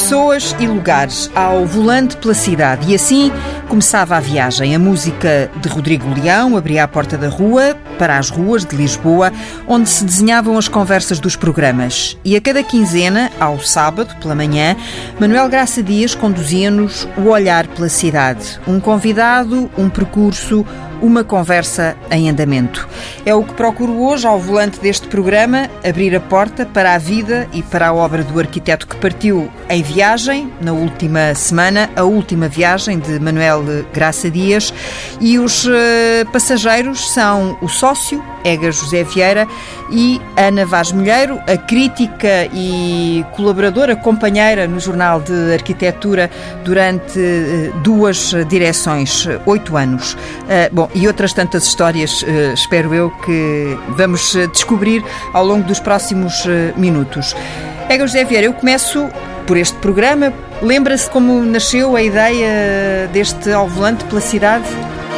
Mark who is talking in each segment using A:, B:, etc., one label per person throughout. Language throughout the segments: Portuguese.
A: pessoas e lugares ao volante pela cidade. E assim começava a viagem. A música de Rodrigo Leão abria a porta da rua para as ruas de Lisboa, onde se desenhavam as conversas dos programas. E a cada quinzena, ao sábado, pela manhã, Manuel Graça Dias conduzia-nos o olhar pela cidade. Um convidado, um percurso, uma conversa em andamento. É o que procuro hoje ao volante deste programa, abrir a porta para a vida e para a obra do arquiteto que partiu em viagem, na última semana, a última viagem de Manuel Graça Dias, e os passageiros são o sócio, Ega José Vieira, e Ana Vaz Milheiro, a crítica e colaboradora, companheira no Jornal de Arquitetura durante 2 direções, 8 anos. E outras tantas histórias, espero eu, que vamos descobrir ao longo dos próximos minutos. Ega José Vieira, eu começo por este programa. Lembra-se como nasceu a ideia deste ao volante pela cidade?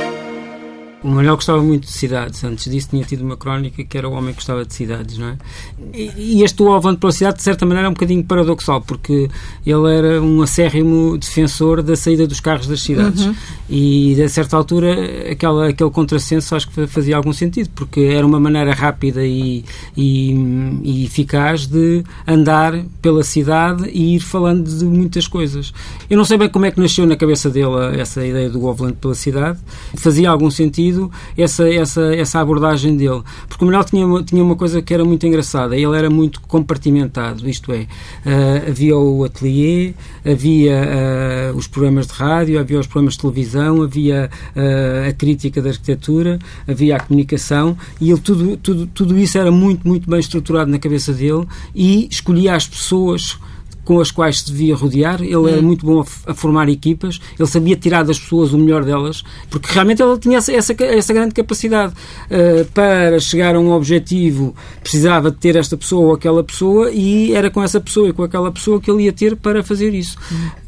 B: O Manuel gostava muito de cidades. Antes disso tinha tido uma crónica que era o homem que gostava de cidades, não é? E este ao volante pela cidade, de certa maneira, é um bocadinho paradoxal, porque ele era um acérrimo defensor da saída dos carros das cidades. Uhum. E, a certa altura, aquele contrassenso acho que fazia algum sentido, porque era uma maneira rápida e eficaz de andar pela cidade e ir falando de muitas coisas. Eu não sei bem como é que nasceu na cabeça dele essa ideia do ao volante pela cidade. Fazia algum sentido essa abordagem dele, porque o Manuel tinha uma coisa que era muito engraçada. Ele era muito compartimentado, isto é, havia o atelier, havia os programas de rádio, havia os programas de televisão, havia a crítica da arquitetura, havia a comunicação, e ele tudo isso era muito, muito bem estruturado na cabeça dele, e escolhia as pessoas com as quais se devia rodear. Ele era muito bom a formar equipas, ele sabia tirar das pessoas o melhor delas, porque realmente ele tinha essa grande capacidade. Para chegar a um objetivo precisava de ter esta pessoa ou aquela pessoa, e era com essa pessoa e com aquela pessoa que ele ia ter para fazer isso.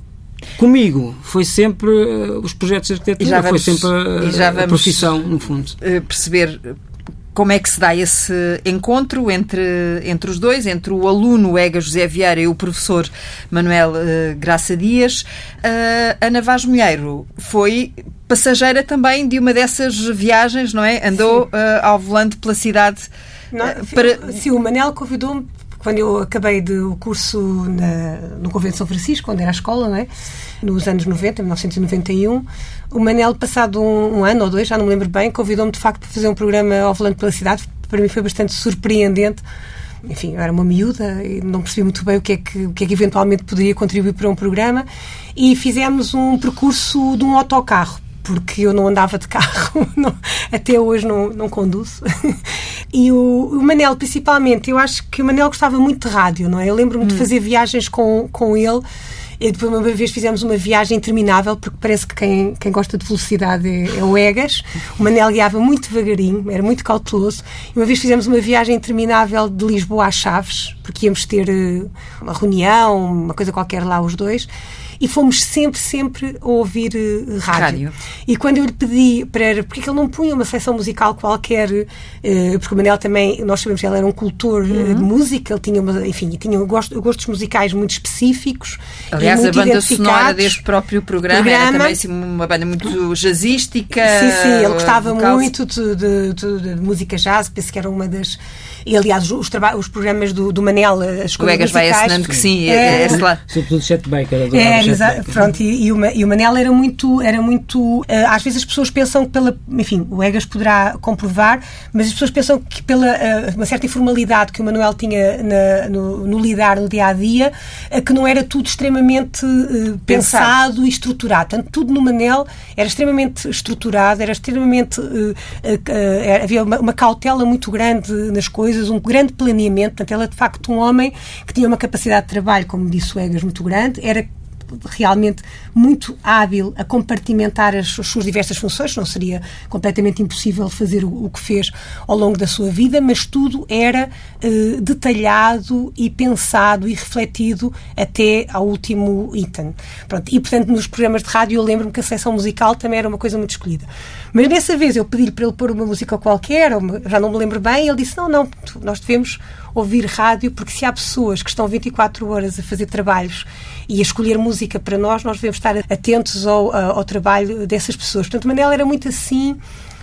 B: Comigo foi sempre os projetos de arquitetura, foi sempre a profissão, no fundo.
A: Perceber como é que se dá esse encontro entre os dois, entre o aluno Ega José Vieira e o professor Manuel Graça Dias. Ana Vaz Milheiro foi passageira também de uma dessas viagens, não é? Andou ao volante pela cidade.
C: Sim, o Manuel convidou-me quando eu acabei o curso no Convento de São Francisco, onde era a escola, não é? Nos anos 90, em 1991, o Manel, passado um ano ou 2, já não me lembro bem, convidou-me de facto para fazer um programa ao volante pela cidade. Para mim foi bastante surpreendente. Enfim, eu era uma miúda e não percebi muito bem o que é que eventualmente poderia contribuir para um programa, e fizemos um percurso de um autocarro, porque eu não andava de carro, até hoje não conduzo. E o Manel, principalmente, eu acho que o Manel gostava muito de rádio, não é? Eu lembro-me de fazer viagens com ele. E depois uma vez fizemos uma viagem interminável, porque parece que quem gosta de velocidade é o Egas. O Manel guiava muito devagarinho, era muito cauteloso. E uma vez fizemos uma viagem interminável de Lisboa a Chaves, porque íamos ter uma reunião, uma coisa qualquer lá os dois. E fomos sempre a ouvir rádio. E quando eu lhe pedi porque ele não punha uma seleção musical qualquer, porque o Manel também, nós sabemos que ele era um cultor de música, ele tinha gostos musicais muito específicos.
A: Aliás, a banda sonora deste próprio programa era também assim, uma banda muito jazzística.
C: Sim, ele gostava muito de música jazz, penso que era uma das... E, aliás, os programas do Manel, as coisas
A: musicais... O Egas vai assinando que sim,
B: sobretudo Chet Baker.
C: Pronto, e o Manel era muito... às vezes as pessoas pensam que enfim, o Egas poderá comprovar, mas as pessoas pensam que pela uma certa informalidade que o Manuel tinha no lidar no dia-a-dia, que não era tudo extremamente pensado e estruturado. Portanto, tudo no Manel era extremamente estruturado, era extremamente... havia uma cautela muito grande nas coisas, um grande planeamento. Portanto, ele é de facto um homem que tinha uma capacidade de trabalho, como disse o Egas, muito grande. Era realmente muito hábil a compartimentar as suas diversas funções. Não seria completamente impossível fazer o que fez ao longo da sua vida, mas tudo era detalhado e pensado e refletido até ao último item. Pronto. E, portanto, nos programas de rádio eu lembro-me que a seleção musical também era uma coisa muito escolhida. Mas dessa vez eu pedi-lhe para ele pôr uma música qualquer, já não me lembro bem, e ele disse, não, nós devemos ouvir rádio, porque se há pessoas que estão 24 horas a fazer trabalhos e a escolher música para nós devemos estar atentos ao trabalho dessas pessoas. Portanto, Manel era muito assim,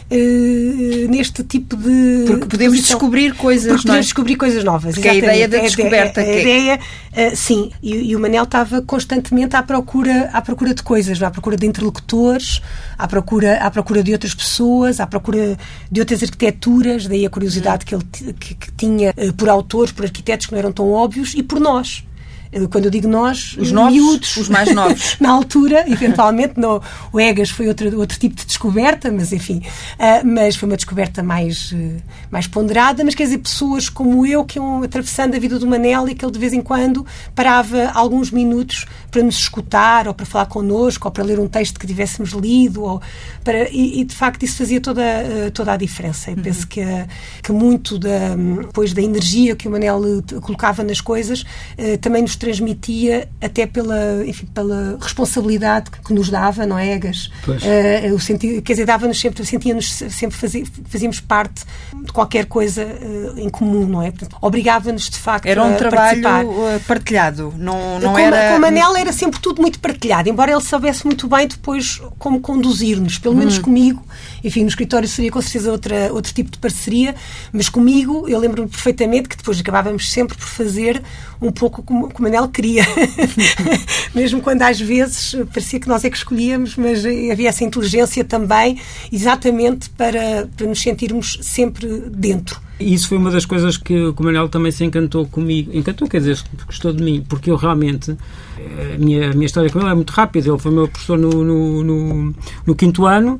C: neste tipo de...
A: Porque podemos descobrir coisas,
C: porque podemos descobrir coisas novas.
A: Porque exatamente. A ideia da descoberta.
C: Sim, e o Manel estava constantemente à procura de coisas, à procura de interlocutores, à procura de outras pessoas, à procura de outras arquiteturas, daí a curiosidade que ele que tinha por autores, por arquitetos que não eram tão óbvios, e por nós. Quando eu digo nós,
A: os novos, miúdos, os mais novos.
C: Na altura, eventualmente, o Egas foi outro tipo de descoberta, mas enfim, mas foi uma descoberta mais ponderada, mas quer dizer, pessoas como eu que iam atravessando a vida do Manel e que ele de vez em quando parava alguns minutos para nos escutar, ou para falar connosco, ou para ler um texto que tivéssemos lido, e de facto isso fazia toda a diferença. Eu penso que muito depois da energia que o Manel colocava nas coisas também nos transmitia, até pela responsabilidade que nos dava, não é, Egas? Quer dizer, dava-nos sempre, sentíamos sempre fazíamos parte de qualquer coisa em comum, não é? Obrigava-nos de facto
A: era um trabalho
C: participar.
A: Partilhado, não
C: com,
A: era...
C: Com o Manel era sempre tudo muito partilhado, embora ele soubesse muito bem depois como conduzir-nos, pelo menos comigo. Enfim, no escritório seria com certeza outro tipo de parceria, mas comigo eu lembro-me perfeitamente que depois acabávamos sempre por fazer um pouco como o Manel queria. Mesmo quando às vezes parecia que nós é que escolhíamos, mas havia essa inteligência também, exatamente para nos sentirmos sempre dentro.
B: E isso foi uma das coisas que o Manel também se encantou comigo. Encantou, quer dizer, gostou de mim, porque eu realmente, a minha história com ele é muito rápida. Ele foi meu professor no 5º ano,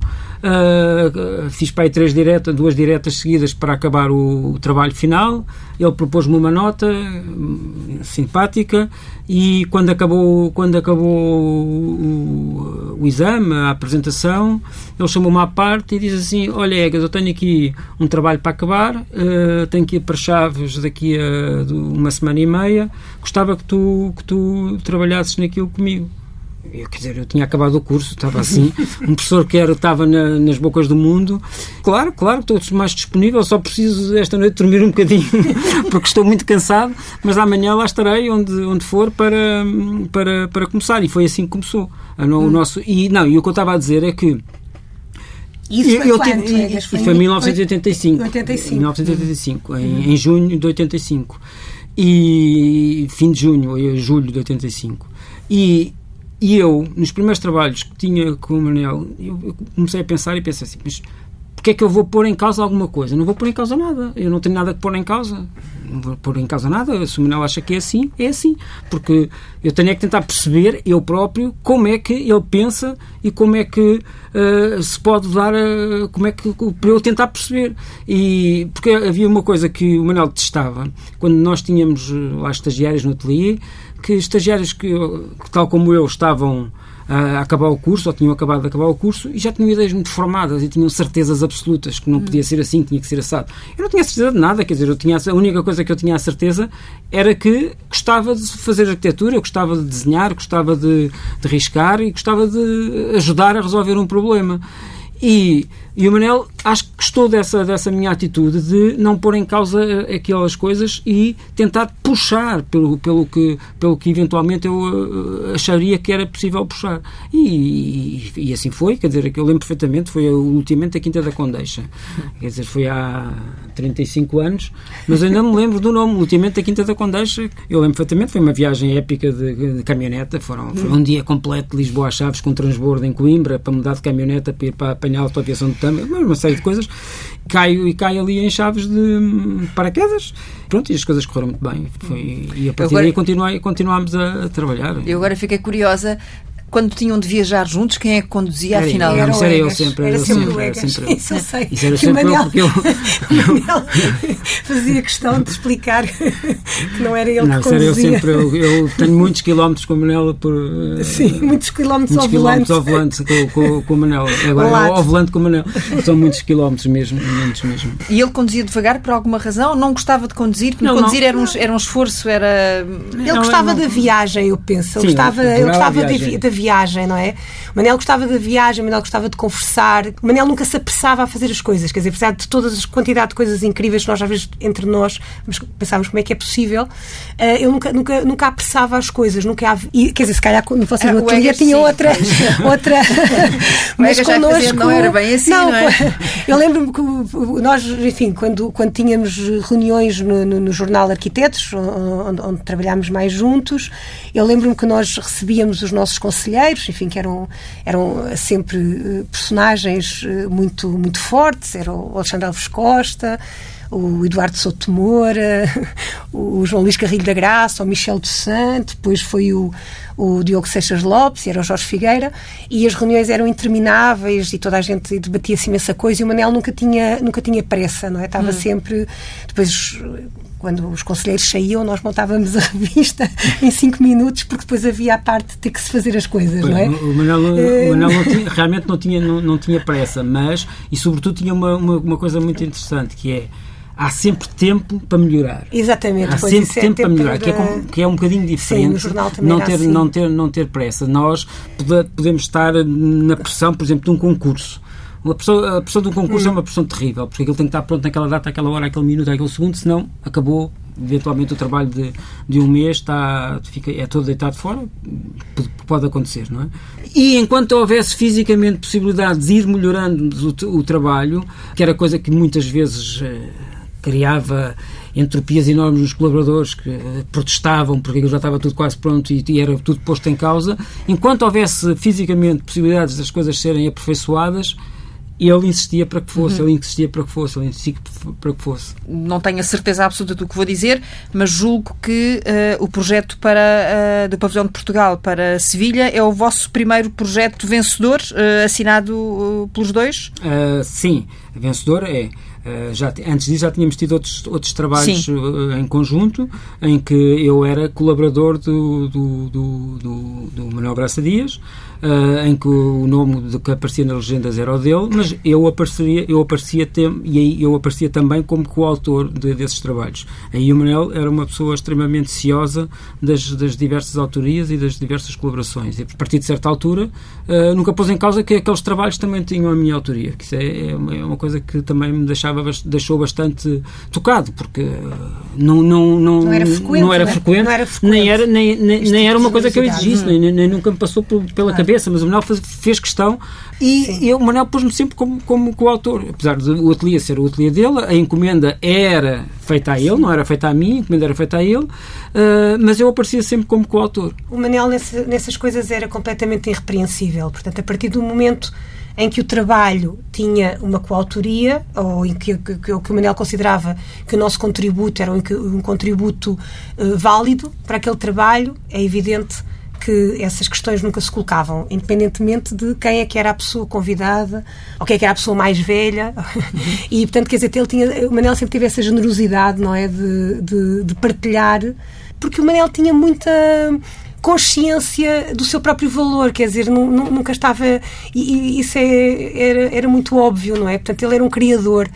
B: fiz para aí 2 diretas seguidas para acabar o trabalho final. Ele propôs-me uma nota simpática e quando acabou o exame, a apresentação, ele chamou-me à parte e disse assim: olha, Egas, eu tenho aqui um trabalho para acabar, tenho que ir para Chaves daqui a 1 semana e meia, gostava que tu trabalhasses naquilo comigo. Quer dizer, eu tinha acabado o curso, estava assim, um professor que estava nas bocas do mundo. Claro, estou mais disponível, só preciso esta noite dormir um bocadinho, porque estou muito cansado, mas amanhã lá estarei onde for para começar. E foi assim que começou o nosso... E o que eu estava a dizer é que
C: isso foi
B: em 1985. 1985, em junho de 85. E fim de junho, julho de 85. E eu, nos primeiros trabalhos que tinha com o Manel, eu comecei a pensar e pensei assim, mas porque é que eu vou pôr em causa alguma coisa? Não vou pôr em causa nada. Eu não tenho nada que pôr em causa. Não vou pôr em causa nada. Se o Manel acha que é assim, é assim. Porque eu tenho é que tentar perceber, eu próprio, como é que ele pensa e como é que se pode dar, como é que, para eu tentar perceber. E, porque havia uma coisa que o Manel detestava, quando nós tínhamos lá estagiários no ateliê, que estagiários que, tal como eu, estavam a acabar o curso, ou tinham acabado de acabar o curso, e já tinham ideias muito formadas e tinham certezas absolutas que não podia ser assim, tinha que ser assado. Eu não tinha certeza de nada, quer dizer, a única coisa que eu tinha a certeza era que gostava de fazer arquitetura, eu gostava de desenhar, gostava de riscar e gostava de ajudar a resolver um problema. E o Manel acho que gostou dessa minha atitude de não pôr em causa aquelas coisas e tentar puxar pelo que eventualmente eu acharia que era possível puxar. E assim foi, quer dizer, que eu lembro perfeitamente, foi ultimamente a Quinta da Condeixa. Quer dizer, foi há 35 anos, mas ainda me lembro do nome, ultimamente a Quinta da Condeixa. Eu lembro perfeitamente, foi uma viagem épica de caminhoneta, foi um dia completo de Lisboa a Chaves com transbordo em Coimbra, para mudar de caminhoneta para ir para apanhar a autoaviação de Tama, uma série de coisas. Cai ali em Chaves de paraquedas. Pronto, e as coisas correram muito bem. E a partir daí continuámos a trabalhar.
A: Eu agora fiquei curiosa. Quando tinham de viajar juntos, quem é que conduzia afinal?
B: Era eu sempre.
C: Era sempre o Egas. Isso eu sei.
B: Isso era sempre eu, porque eu
C: fazia questão de explicar que não era ele que conduzia.
B: Eu tenho muitos quilómetros com o Manel
C: Sim, muitos quilómetros ao
B: volante com o Manel. Agora ao volante com o Manel. São muitos quilómetros mesmo, muitos mesmo.
A: E ele conduzia devagar por alguma razão? Não gostava de conduzir? Porque conduzir era um esforço, era...
C: Ele gostava da viagem, eu penso. Ele gostava da viagem. viagem, não é? O Manel gostava da viagem, o Manel gostava de conversar, o Manel nunca se apressava a fazer as coisas, quer dizer, apesar de todas as quantidade de coisas incríveis que nós às vezes entre nós pensávamos como é que é possível, eu nunca apressava as coisas, quer dizer, se calhar quando vocês no ateliê tinham outra
A: mas connosco não era bem assim, não é?
C: Eu lembro-me que nós, enfim, quando tínhamos reuniões no jornal Arquitetos, onde trabalhámos mais juntos, eu lembro-me que nós recebíamos os nossos conselheiros, enfim, que eram sempre personagens muito, muito fortes, era o Alexandre Alves Costa, o Eduardo Souto Moura, o João Luís Carrilho da Graça, o Michel dos Santos, depois foi o Diogo Seixas Lopes, e era o Jorge Figueira, e as reuniões eram intermináveis e toda a gente debatia-se imensa coisa, e o Manel nunca tinha pressa, não é? Estava sempre... Depois, quando os conselheiros saíam, nós montávamos a revista em 5 minutos, porque depois havia a parte de ter que se fazer as coisas, não é?
B: O Manel realmente não tinha pressa, mas, e sobretudo tinha uma coisa muito interessante, que é: há sempre tempo para melhorar.
C: Exatamente.
B: Há sempre tempo para melhorar, que é um bocadinho diferente.
C: Sim, no jornal também
B: não ter pressa. Nós podemos estar na pressão, por exemplo, de um concurso. A pressão de um concurso é uma pressão terrível, porque aquilo tem que estar pronto naquela data, aquela hora, aquele minuto, aquele segundo, senão acabou. Eventualmente o trabalho de um mês é todo deitado fora, pode acontecer, não é? E enquanto houvesse fisicamente possibilidade de ir melhorando o trabalho, que era coisa que muitas vezes criava entropias enormes nos colaboradores que protestavam porque aquilo já estava tudo quase pronto e era tudo posto em causa, enquanto houvesse fisicamente possibilidades das coisas serem aperfeiçoadas, ele insistia para que fosse, ele insistia para que fosse.
A: Não tenho a certeza absoluta do que vou dizer, mas julgo que o projeto do Pavilhão de Portugal para Sevilha é o vosso primeiro projeto vencedor, assinado pelos dois?
B: Sim, vencedor é. Antes disso já tínhamos tido outros trabalhos em conjunto, em que eu era colaborador do Manuel Graça Dias, em que o nome que aparecia nas legendas era o dele, mas eu aparecia também como coautor desses trabalhos. Aí o Manuel era uma pessoa extremamente ciosa das diversas autorias e das diversas colaborações, e a partir de certa altura nunca pôs em causa que aqueles trabalhos também tinham a minha autoria, que isso é uma coisa que também me deixou bastante tocado, porque não era frequente, nem era uma coisa que eu exigisse, nem nunca me passou pela cabeça, mas o Manuel fez questão, e o Manuel pôs-me sempre como coautor, apesar do ateliê ser o ateliê dele, a encomenda era feita a ele, não era feita a mim, a encomenda era feita a ele, mas eu aparecia sempre como coautor. O
C: Manuel nessas coisas era completamente irrepreensível, portanto, a partir do momento em que o trabalho tinha uma coautoria, ou em que o Manel considerava que o nosso contributo era um contributo válido para aquele trabalho, é evidente que essas questões nunca se colocavam, independentemente de quem é que era a pessoa convidada, ou quem é que era a pessoa mais velha. E, portanto, quer dizer, o Manel sempre teve essa generosidade, não é, de partilhar, porque o Manel tinha muita consciência do seu próprio valor, quer dizer, nunca estava... E isso era muito óbvio, não é? Portanto, ele era um criador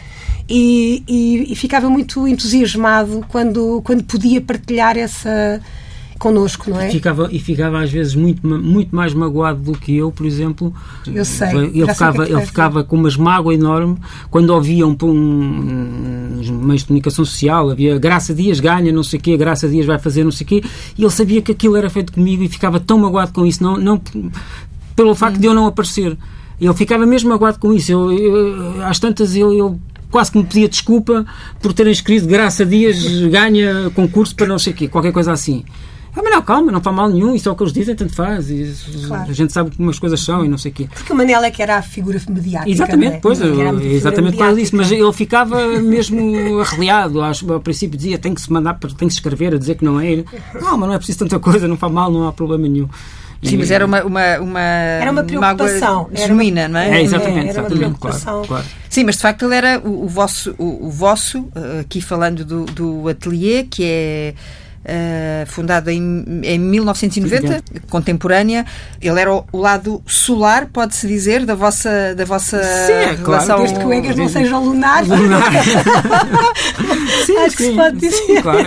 C: e ficava muito entusiasmado quando podia partilhar essa... connosco, não é?
B: E ficava às vezes muito mais magoado do que eu, por exemplo.
C: Eu sei.
B: Ele ficava com uma mágoa enorme quando ouvia uns meios de comunicação social, havia Graça Dias ganha, não sei o quê, Graça Dias vai fazer não sei o quê, e ele sabia que aquilo era feito comigo e ficava tão magoado com isso, não pelo facto de eu não aparecer. Ele ficava mesmo magoado com isso. Às tantas, ele quase que me pedia desculpa por terem escrito Graça Dias ganha concurso para não sei o quê, qualquer coisa assim. Mas não, calma, não faz mal nenhum, isso é o que eles dizem, tanto faz, claro. A gente sabe como as coisas são e não sei o quê.
C: Porque o Manel é que era a figura mediática.
B: Exatamente, pois, exatamente por causa disso, mas ele ficava mesmo arreliado, ao princípio dizia, tem que se escrever a dizer que não é. Não, mas não é preciso tanta coisa, não faz mal, não há problema nenhum.
A: Sim, mas era uma
C: preocupação
A: genuína, não é?
B: Exatamente,
C: era uma preocupação.
B: Claro.
A: Sim, mas de facto ele era o vosso, aqui falando do ateliê, que é fundada em 1990, contemporânea. Ele era o lado solar, pode-se dizer, da vossa
B: sim,
C: relação.
B: Claro,
C: desde que o Egas não seja lunar.
B: Sim,
C: acho que se pode dizer.
B: Sim, claro,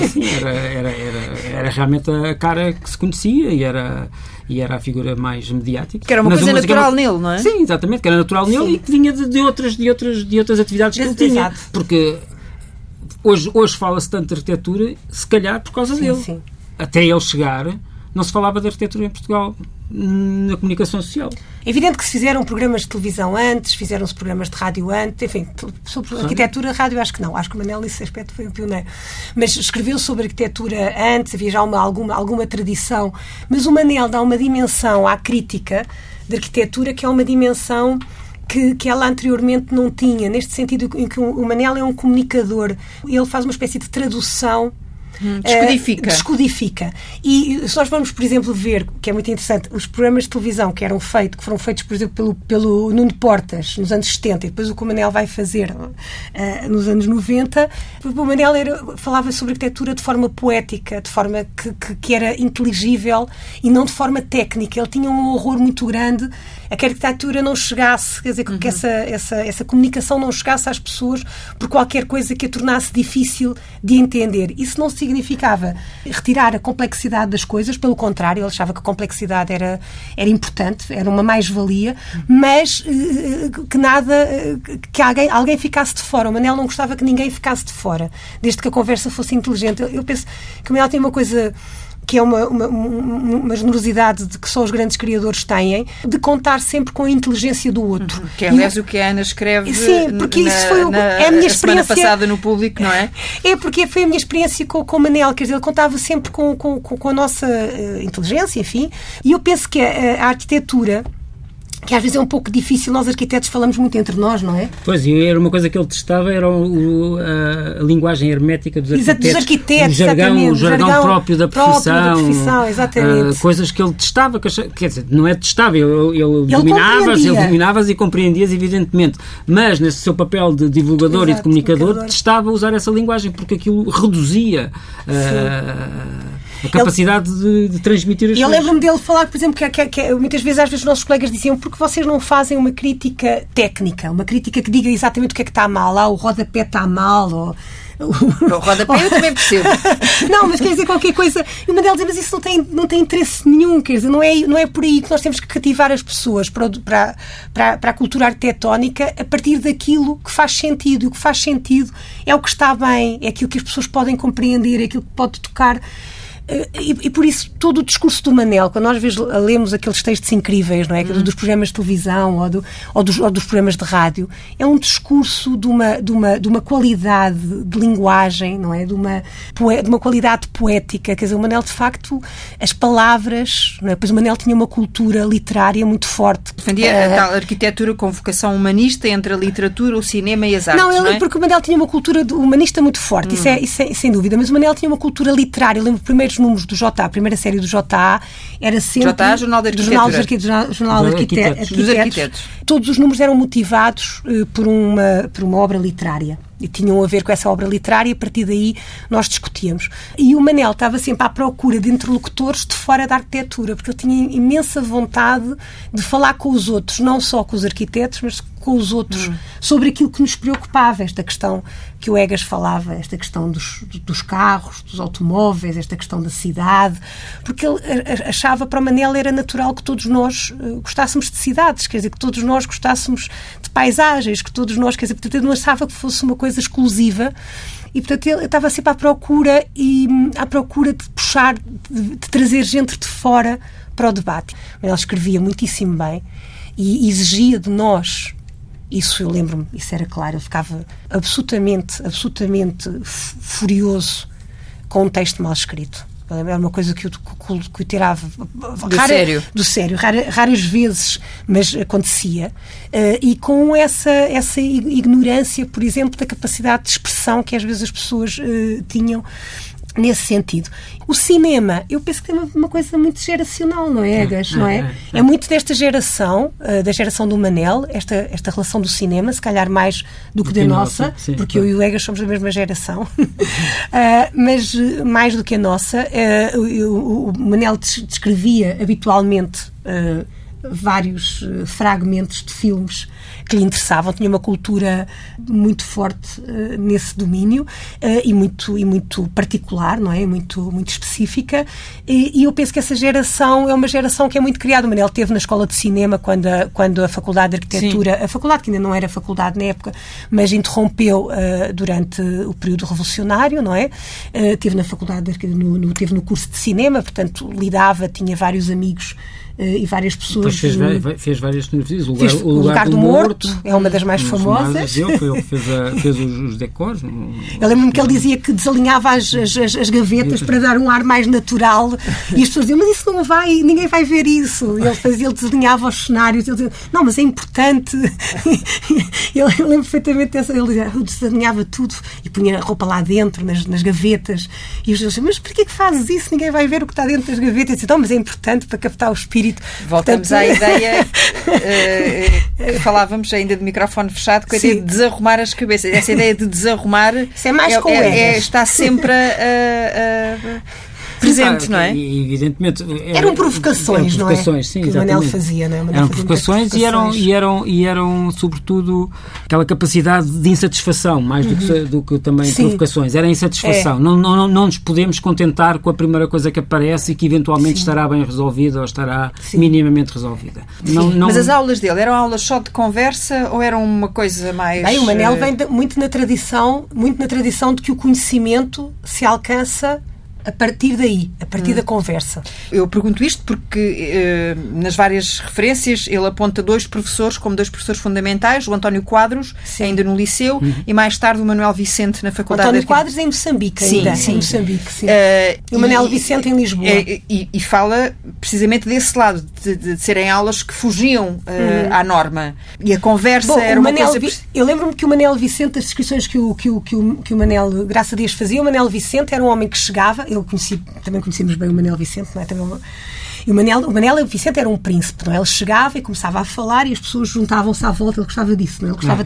B: era realmente a cara que se conhecia e era a figura mais mediática.
A: Que era uma coisa natural nele, não é?
B: Sim, exatamente, que era natural nele e que vinha de outras atividades que ele tinha.
C: Exato.
B: Porque hoje fala-se tanto de arquitetura, se calhar por causa dele.
C: Sim.
B: Até ele chegar, não se falava de arquitetura em Portugal na comunicação social.
C: É evidente que se fizeram programas de televisão antes, fizeram-se programas de rádio antes, enfim, sobre arquitetura, rádio acho que não. Acho que o Manel, nesse aspecto, foi um pioneiro. Mas escreveu sobre arquitetura antes, havia já alguma tradição. Mas o Manel dá uma dimensão à crítica de arquitetura que é uma dimensão que ela anteriormente não tinha, neste sentido em que o Manel é um comunicador. Ele faz uma espécie de tradução. Descodifica. E se nós vamos, por exemplo, ver, que é muito interessante, os programas de televisão que foram feitos, por exemplo, pelo Nuno Portas nos anos 70 e depois o que o Manel vai fazer nos anos 90, o Manel falava sobre arquitetura de forma poética, de forma que era inteligível e não de forma técnica. Ele tinha um horror muito grande a que a arquitetura não chegasse, quer dizer, que essa comunicação não chegasse às pessoas por qualquer coisa que a tornasse difícil de entender. Isso não significava retirar a complexidade das coisas, pelo contrário, ele achava que a complexidade era importante, era uma mais-valia, mas que alguém ficasse de fora. O Manel não gostava que ninguém ficasse de fora, desde que a conversa fosse inteligente. Eu penso que o Manel tem uma coisa que é uma generosidade de que só os grandes criadores têm, de contar sempre com a inteligência do outro.
A: Que é, aliás, o que a Ana escreve
C: porque isso foi a minha experiência
A: semana passada no Público, não é?
C: É, porque foi a minha experiência com o Manel, quer dizer, ele contava sempre com a nossa inteligência, enfim, e eu penso que a arquitetura, que às vezes é um pouco difícil, nós arquitetos falamos muito entre nós, não é?
B: Pois, e era uma coisa que ele testava, era a linguagem hermética dos arquitetos.
C: Dos arquitetos,
B: o jargão próprio da profissão.
C: Exatamente.
B: Coisas que ele testava, quer dizer, não é testável, ele dominava-as e compreendia-as, evidentemente, mas nesse seu papel de divulgador e de comunicador, testava usar essa linguagem, porque aquilo reduzia a capacidade de transmitir as coisas.
C: Eu lembro-me dele falar, por exemplo, que muitas vezes, os nossos colegas diziam, porque vocês não fazem uma crítica técnica, uma crítica que diga exatamente o que é que está mal, o rodapé está mal, ou...
A: O rodapé eu também percebo.
C: Não, mas quer dizer qualquer coisa. E o Manel diz, mas isso não tem interesse nenhum, quer dizer, não é por aí que nós temos que cativar as pessoas para a cultura arquitetónica a partir daquilo que faz sentido. E o que faz sentido é o que está bem, é aquilo que as pessoas podem compreender, é aquilo que pode tocar. E por isso todo o discurso do Manel, quando nós lemos aqueles textos incríveis, não é? Dos programas de televisão ou dos programas de rádio, é um discurso de uma qualidade de linguagem, não é? De uma qualidade poética. Quer dizer, o Manel, de facto, as palavras, não é? Pois o Manel tinha uma cultura literária muito forte.
A: Defendia a tal arquitetura com vocação humanista entre a literatura, o cinema e as artes, não é?
C: Porque o Manel tinha uma cultura humanista muito forte, isso é sem dúvida, mas o Manel tinha uma cultura literária. Eu lembro primeiros números do JA, a primeira série do JA era sempre...
A: JA, Jornal de Arquitetura.
C: Jornal dos Arquitetos. Todos os números eram motivados por uma obra literária. E tinham a ver com essa obra literária e a partir daí nós discutíamos. E o Manel estava sempre à procura de interlocutores de fora da arquitetura, porque ele tinha imensa vontade de falar com os outros, não só com os arquitetos, mas com os outros, sobre aquilo que nos preocupava, esta questão que o Egas falava, esta questão dos carros, dos automóveis, esta questão da cidade, porque ele achava, para o Manel era natural que todos nós gostássemos de cidades, quer dizer, que todos nós gostássemos de paisagens, que todos nós, quer dizer, portanto, ele não achava que fosse uma coisa exclusiva. E, portanto, ele estava sempre à procura de puxar, de trazer gente de fora para o debate. Ele escrevia muitíssimo bem e exigia de nós, isso eu lembro-me, isso era claro, ele ficava absolutamente furioso com um texto mal escrito. Era uma coisa que eu tirava do sério, raras vezes, mas acontecia, e com essa ignorância, por exemplo, da capacidade de expressão que às vezes as pessoas tinham. nesse sentido. O cinema, eu penso que tem uma coisa muito geracional, não é, Egas? Não é? É muito desta geração, da geração do Manel, esta relação do cinema, se calhar mais do que da nossa, sim, porque eu e o Egas somos da mesma geração, mas mais do que a nossa. O Manel descrevia habitualmente vários fragmentos de filmes que lhe interessavam, tinha uma cultura muito forte nesse domínio e muito particular, não é? Muito específica, e eu penso que essa geração é uma geração que é muito criada. O Manel teve na escola de cinema quando a Faculdade de Arquitetura, sim, a faculdade que ainda não era faculdade na época, mas interrompeu durante o período revolucionário, não é? Teve na Faculdade de Arquitetura, teve no curso de cinema, portanto tinha vários amigos e várias pessoas.
B: Depois fez várias fotografias.
C: O Lugar do Morto é uma das mais famosas.
B: Foi ele que fez os decors.
C: Eu lembro-me que ele dizia que desalinhava as gavetas para dar um ar mais natural, e as pessoas diziam, mas isso não vai, ninguém vai ver isso. E ele desalinhava os cenários, ele dizia, não, mas é importante. Eu lembro perfeitamente dessa, ele dizia, eu desalinhava tudo e punha a roupa lá dentro, nas gavetas, e os pessoas diziam, mas porquê que fazes isso? Ninguém vai ver o que está dentro das gavetas. Eu disse, não, mas é importante para captar o espírito.
A: Voltamos à ideia que falávamos ainda de microfone fechado, com a ideia de desarrumar as cabeças. Essa ideia de desarrumar
C: isso é mais com
A: está sempre presente, não é?
B: E, evidentemente...
C: Eram provocações, não é?
B: Sim,
C: que o Manel fazia, não é?
B: Eram provocações e eram, sobretudo, aquela capacidade de insatisfação, mais do que também provocações. Era a insatisfação. Não nos podemos contentar com a primeira coisa que aparece e que eventualmente estará bem resolvida ou estará minimamente resolvida.
A: Mas as aulas dele eram aulas só de conversa ou eram uma coisa mais...
C: Bem, o Manel vem muito na tradição de que o conhecimento se alcança a partir daí, a partir da conversa.
A: Eu pergunto isto porque nas várias referências ele aponta dois professores como dois professores fundamentais, o António Quadros, ainda no liceu, e mais tarde o Manuel Vicente na Faculdade
C: de Arquitetura. Quadros em Moçambique ainda. Sim. Em Moçambique, sim. O Manuel Vicente em Lisboa.
A: E fala precisamente desse lado, de serem aulas que fugiam à norma. E a conversa era uma coisa...
C: Eu lembro-me que o Manuel Vicente, as descrições que o Manel Graça Dias fazia, o Manuel Vicente era um homem que chegava... também conhecemos bem o Manel Vicente, não é? E o Manel Vicente era um príncipe, não é? Ele chegava e começava a falar e as pessoas juntavam-se à volta. Ele gostava disso, não é? Ele gostava de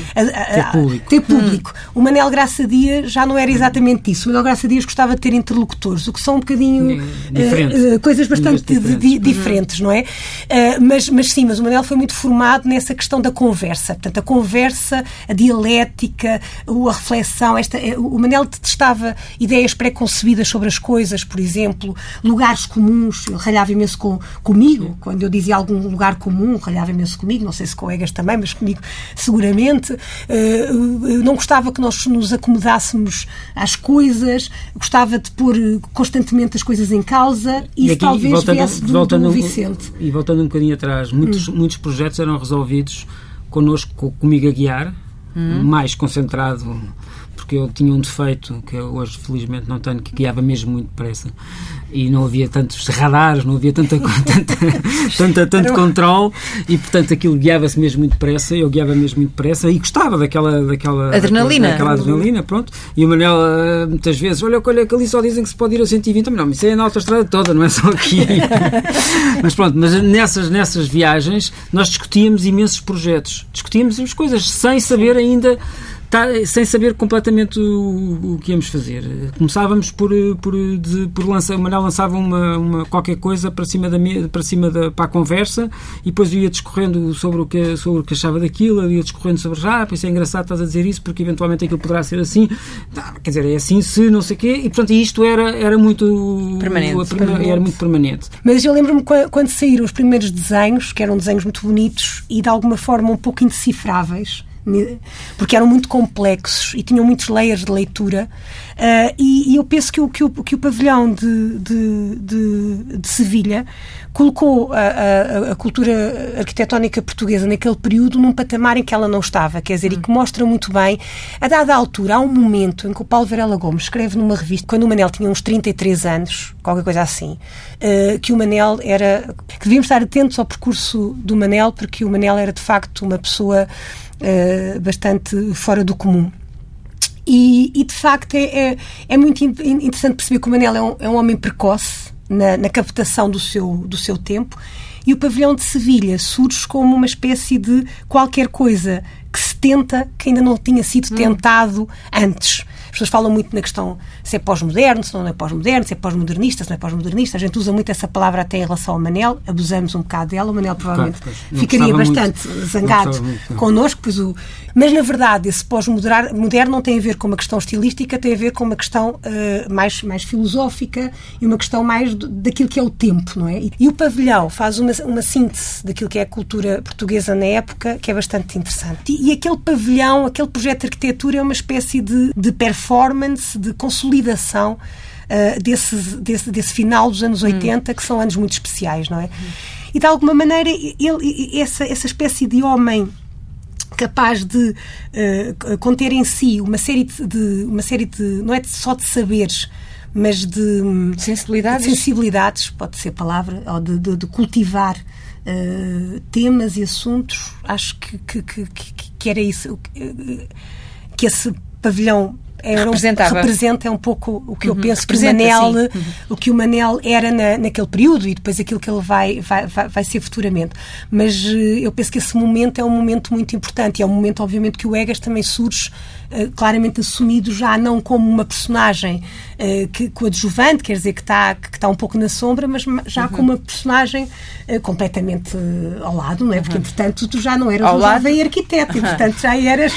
C: ter público. O Manel Graça Dias já não era exatamente isso. O Manel Graça Dias gostava de ter interlocutores, o que são um bocadinho coisas bastante diferentes, não é? Mas o Manel foi muito formado nessa questão da conversa. Portanto, a conversa, a dialética, a reflexão. O Manel detestava ideias pré-concebidas sobre as coisas, por exemplo, lugares comuns. Ele ralhava imenso comigo, quando eu dizia algum lugar comum, ralhava imenso comigo, não sei se colegas também, mas comigo seguramente. Eu não gostava que nós nos acomodássemos às coisas, gostava de pôr constantemente as coisas em causa, e isso talvez viesse do Vicente.
B: E voltando um bocadinho atrás, muitos projetos eram resolvidos connosco, comigo a guiar, mais concentrado, porque eu tinha um defeito que eu hoje felizmente não tenho, que guiava mesmo muito depressa e não havia tantos radares, não havia tanto controle, e portanto aquilo guiava-se mesmo muito depressa, eu guiava mesmo muito depressa e gostava daquela adrenalina, pronto. E o Manuel muitas vezes, olha que ali só dizem que se pode ir a 120, mas não, isso é na autoestrada toda, não é só aqui. Mas pronto, nessas viagens nós discutíamos imensos projetos, discutíamos as coisas sem saber ainda, sem saber completamente o que íamos fazer. Começávamos por lançar, o Manuel lançava qualquer coisa para a conversa, e depois ia discorrendo sobre o que achava daquilo, ia discorrendo sobre isso é engraçado, estás a dizer isso, porque eventualmente aquilo poderá ser assim, quer dizer, é assim se não sei o quê, e portanto isto era muito permanente.
C: Mas eu lembro-me quando saíram os primeiros desenhos, que eram desenhos muito bonitos e de alguma forma um pouco indecifráveis, porque eram muito complexos e tinham muitos layers de leitura, e eu penso que o pavilhão de Sevilha colocou a cultura arquitetónica portuguesa naquele período num patamar em que ela não estava, quer dizer, e que mostra muito bem, a dada altura, há um momento em que o Paulo Varela Gomes escreve numa revista, quando o Manel tinha uns 33 anos, qualquer coisa assim, que o Manel que devíamos estar atentos ao percurso do Manel, porque o Manel era de facto uma pessoa bastante fora do comum. E de facto é muito interessante perceber que o Manel é um homem precoce na captação do seu tempo, e o pavilhão de Sevilha surge como uma espécie de qualquer coisa que se tenta, que ainda não tinha sido tentado antes. As pessoas falam muito na questão se é pós-moderno, se não é pós-moderno, se é pós-modernista, se não é pós-modernista. A gente usa muito essa palavra até em relação ao Manel, abusamos um bocado dela. O Manel provavelmente ficaria bastante zangado connosco, mas na verdade esse pós-moderno não tem a ver com uma questão estilística, tem a ver com uma questão mais filosófica e uma questão mais daquilo que é o tempo, não é? E o pavilhão faz uma síntese daquilo que é a cultura portuguesa na época, que é bastante interessante. E aquele pavilhão, aquele projeto de arquitetura é uma espécie de performance, de consolidação desse final dos anos 80, que são anos muito especiais, não é? E de alguma maneira essa espécie de homem capaz de conter em si uma série de não é só de saberes, mas de sensibilidades, pode ser palavra, ou de cultivar temas e assuntos. Acho que era isso que esse pavilhão representa um pouco o que eu penso que o Manel era naquele período, e depois aquilo que ele vai ser futuramente. Mas eu penso que esse momento é um momento muito importante, e é um momento, obviamente, que o Egas também surge claramente assumido já não como uma personagem coadjuvante, quer dizer, que está um pouco na sombra, mas já como uma personagem completamente ao lado, não é? Porque, entretanto, tu já não eras um jovem arquiteto, e, portanto, já eras...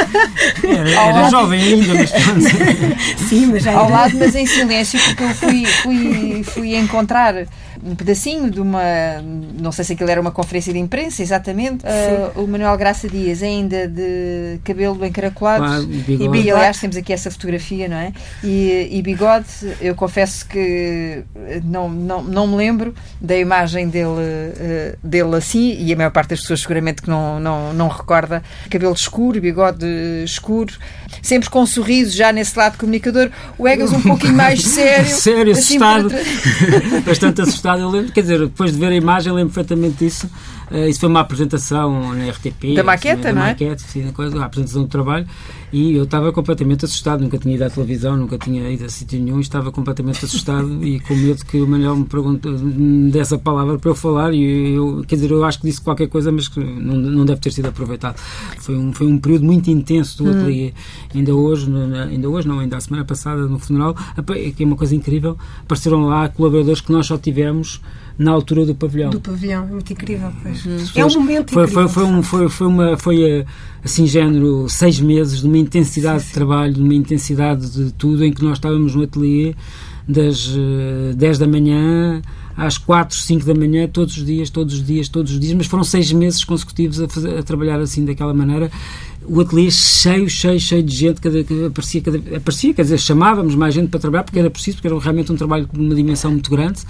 B: Era jovem ainda, mas...
C: Sim, mas já
A: ao lado, mas em silêncio, porque eu fui encontrar um pedacinho de uma... Não sei se aquilo era uma conferência de imprensa, exatamente. O Manuel Graça Dias, ainda de cabelo encaracolado, e aliás temos aqui essa fotografia, não é? E bigode. Eu confesso que não me lembro da imagem dele assim, e a maior parte das pessoas seguramente que não recorda. Cabelo escuro, bigode escuro, sempre com um sorriso já nesse lado comunicador. O Egas um pouquinho mais sério,
B: assustado, bastante assustado. Eu lembro, quer dizer, depois de ver a imagem, eu lembro perfeitamente disso. Isso foi uma apresentação na RTP.
A: Da maqueta, não é?
B: Da maquete, sim, a apresentação do trabalho. E eu estava completamente assustado. Nunca tinha ido à televisão, nunca tinha ido a sítio nenhum. Estava completamente assustado e com medo que o Manuel me desse a palavra para eu falar. E quer dizer, eu acho que disse qualquer coisa, mas que não deve ter sido aproveitado. Foi um período muito intenso do ateliê. Ainda ainda a semana passada, no funeral, que é uma coisa incrível, apareceram lá colaboradores que nós só tivemos na altura do pavilhão.
C: É muito incrível, pois. É um momento incrível.
B: Foi assim, género, 6 meses de uma intensidade de trabalho, de uma intensidade de tudo, em que nós estávamos no ateliê das 10 da manhã às 4, 5 da manhã, todos os dias, mas foram 6 meses consecutivos a trabalhar assim, daquela maneira. O ateliê cheio de gente, aparecia, quer dizer, chamávamos mais gente para trabalhar, porque era preciso, porque era realmente um trabalho de uma dimensão muito grande,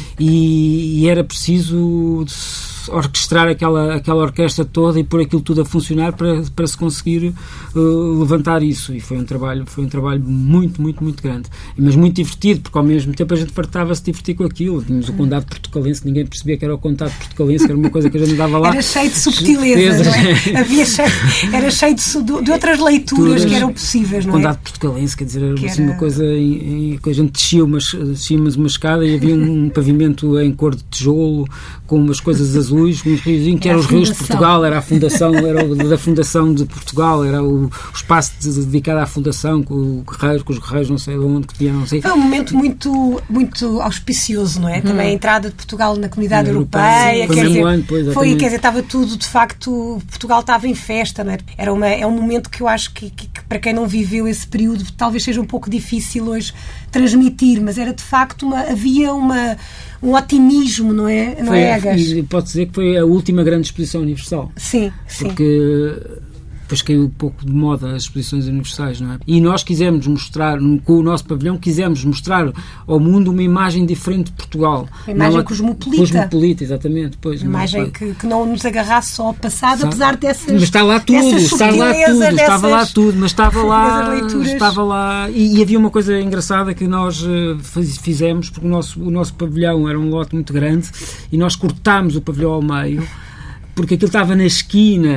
B: e era preciso orquestrar aquela orquestra toda e pôr aquilo tudo a funcionar para se conseguir levantar isso. E foi um trabalho muito, muito, muito grande. Mas muito divertido, porque ao mesmo tempo a gente fartava-se de divertir com aquilo. Tínhamos o Condado Portucalense, ninguém percebia que era o Condado Portucalense, que era uma coisa que a gente dava lá.
C: Era cheio de subtilezas, não é? Era cheio de outras leituras que eram possíveis, não é?
B: O Condado Portucalense, quer dizer, era assim, uma coisa em que a gente descíamos uma escada e havia um pavimento em cor de tijolo, com umas coisas azuis, um riozinho que era os rios de Portugal, era a fundação, era da Fundação de Portugal, era o espaço dedicado à fundação, com os guerreiros não sei de onde que tinham, não sei.
C: Foi um momento muito, muito auspicioso, não é? Também a entrada de Portugal na comunidade europeia,
B: quer dizer,
C: estava tudo, de facto, Portugal estava em festa, não é? É um momento que eu acho que para quem não viveu esse período talvez seja um pouco difícil hoje transmitir, mas era de facto havia um otimismo, não é? Não é, Egas?
B: Pode dizer que foi a última grande exposição universal.
C: Sim.
B: Porque depois caiu um pouco de moda as exposições universais, não é? E nós quisemos mostrar, com o nosso pavilhão, ao mundo uma imagem diferente de Portugal.
C: Uma imagem cosmopolita.
B: Exatamente. Pois,
C: uma imagem que não nos agarrasse só ao passado, apesar dessas...
B: Mas estava lá tudo, mas estava lá. E havia uma coisa engraçada que nós fizemos, porque o nosso pavilhão era um lote muito grande, e nós cortámos o pavilhão ao meio, porque aquilo estava na esquina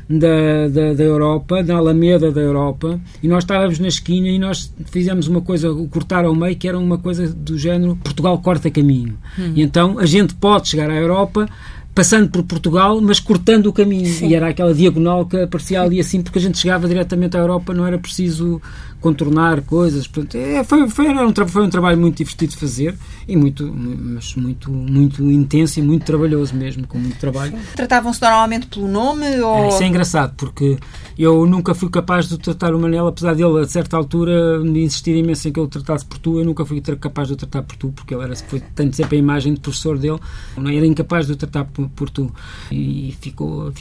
B: da Europa, da Alameda da Europa, e nós estávamos na esquina e nós fizemos uma coisa, cortar ao meio, que era uma coisa do género Portugal corta caminho. E então a gente pode chegar à Europa passando por Portugal, mas cortando o caminho. Sim. E era aquela diagonal que aparecia ali assim, porque a gente chegava diretamente à Europa, não era preciso contornar coisas. Portanto, foi um trabalho muito divertido de fazer e muito intenso e muito trabalhoso mesmo, com muito trabalho.
A: Tratavam-se normalmente pelo nome? Ou...
B: Isso é engraçado, porque eu nunca fui capaz de tratar o Manel, apesar dele, a certa altura, me insistir imenso em que eu o tratasse por tu, eu nunca fui capaz de o tratar por tu, porque ele foi tanto sempre a imagem de professor dele, não era incapaz de o tratar por tu. E ficou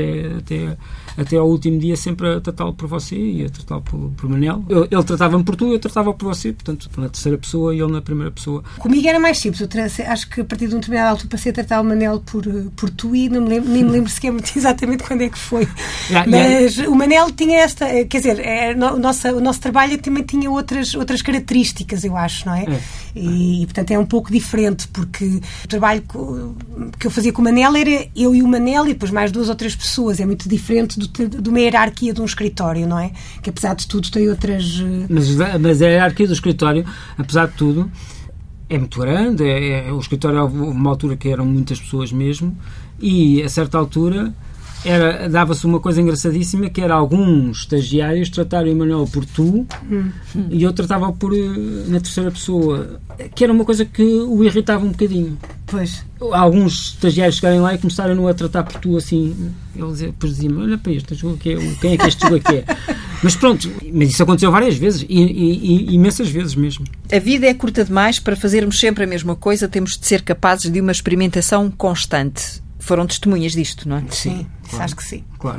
B: até ao último dia sempre a tratá-lo por você e a tratá-lo por Manel. Ele tratava-me por tu e eu tratava-o por você, portanto, na terceira pessoa e ele na primeira pessoa.
C: Comigo era mais simples. Acho que a partir de um determinado altura passei a tratar o Manel por tu e nem me lembro sequer muito exatamente quando é que foi. Mas o Manel tinha esta, quer dizer, o nosso trabalho também tinha outras características, eu acho, não é? E portanto é um pouco diferente, porque o trabalho que eu fazia com o Manel era eu e o Manel e depois mais 2 ou 3 pessoas. É muito diferente de uma hierarquia de um escritório, não é? Que apesar de tudo tem outras...
B: Mas a hierarquia do escritório, apesar de tudo, é muito grande. O escritório houve uma altura que eram muitas pessoas mesmo, e a certa altura dava-se uma coisa engraçadíssima, que era alguns estagiários tratarem o Manuel por tu e eu tratava-o na terceira pessoa, que era uma coisa que o irritava um bocadinho.
C: Pois.
B: Alguns estagiários chegarem lá e começaram a tratar por tu assim, eles depois diziam, olha para este jogo, quem é que este jogo aqui é? Mas pronto, mas isso aconteceu várias vezes e imensas vezes mesmo.
A: A vida é curta demais para fazermos sempre a mesma coisa, temos de ser capazes de uma experimentação constante. Foram testemunhas disto, não é?
C: Sim, claro. Acho que sim.
B: Claro.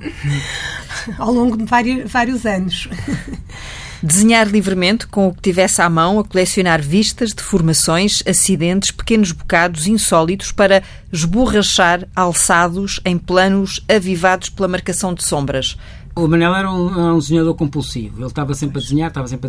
C: Ao longo de vários anos.
A: Desenhar livremente com o que tivesse à mão, a colecionar vistas, deformações, acidentes, pequenos bocados insólitos para esborrachar alçados em planos avivados pela marcação de sombras.
B: O Manel era um desenhador compulsivo. Ele estava sempre a desenhar.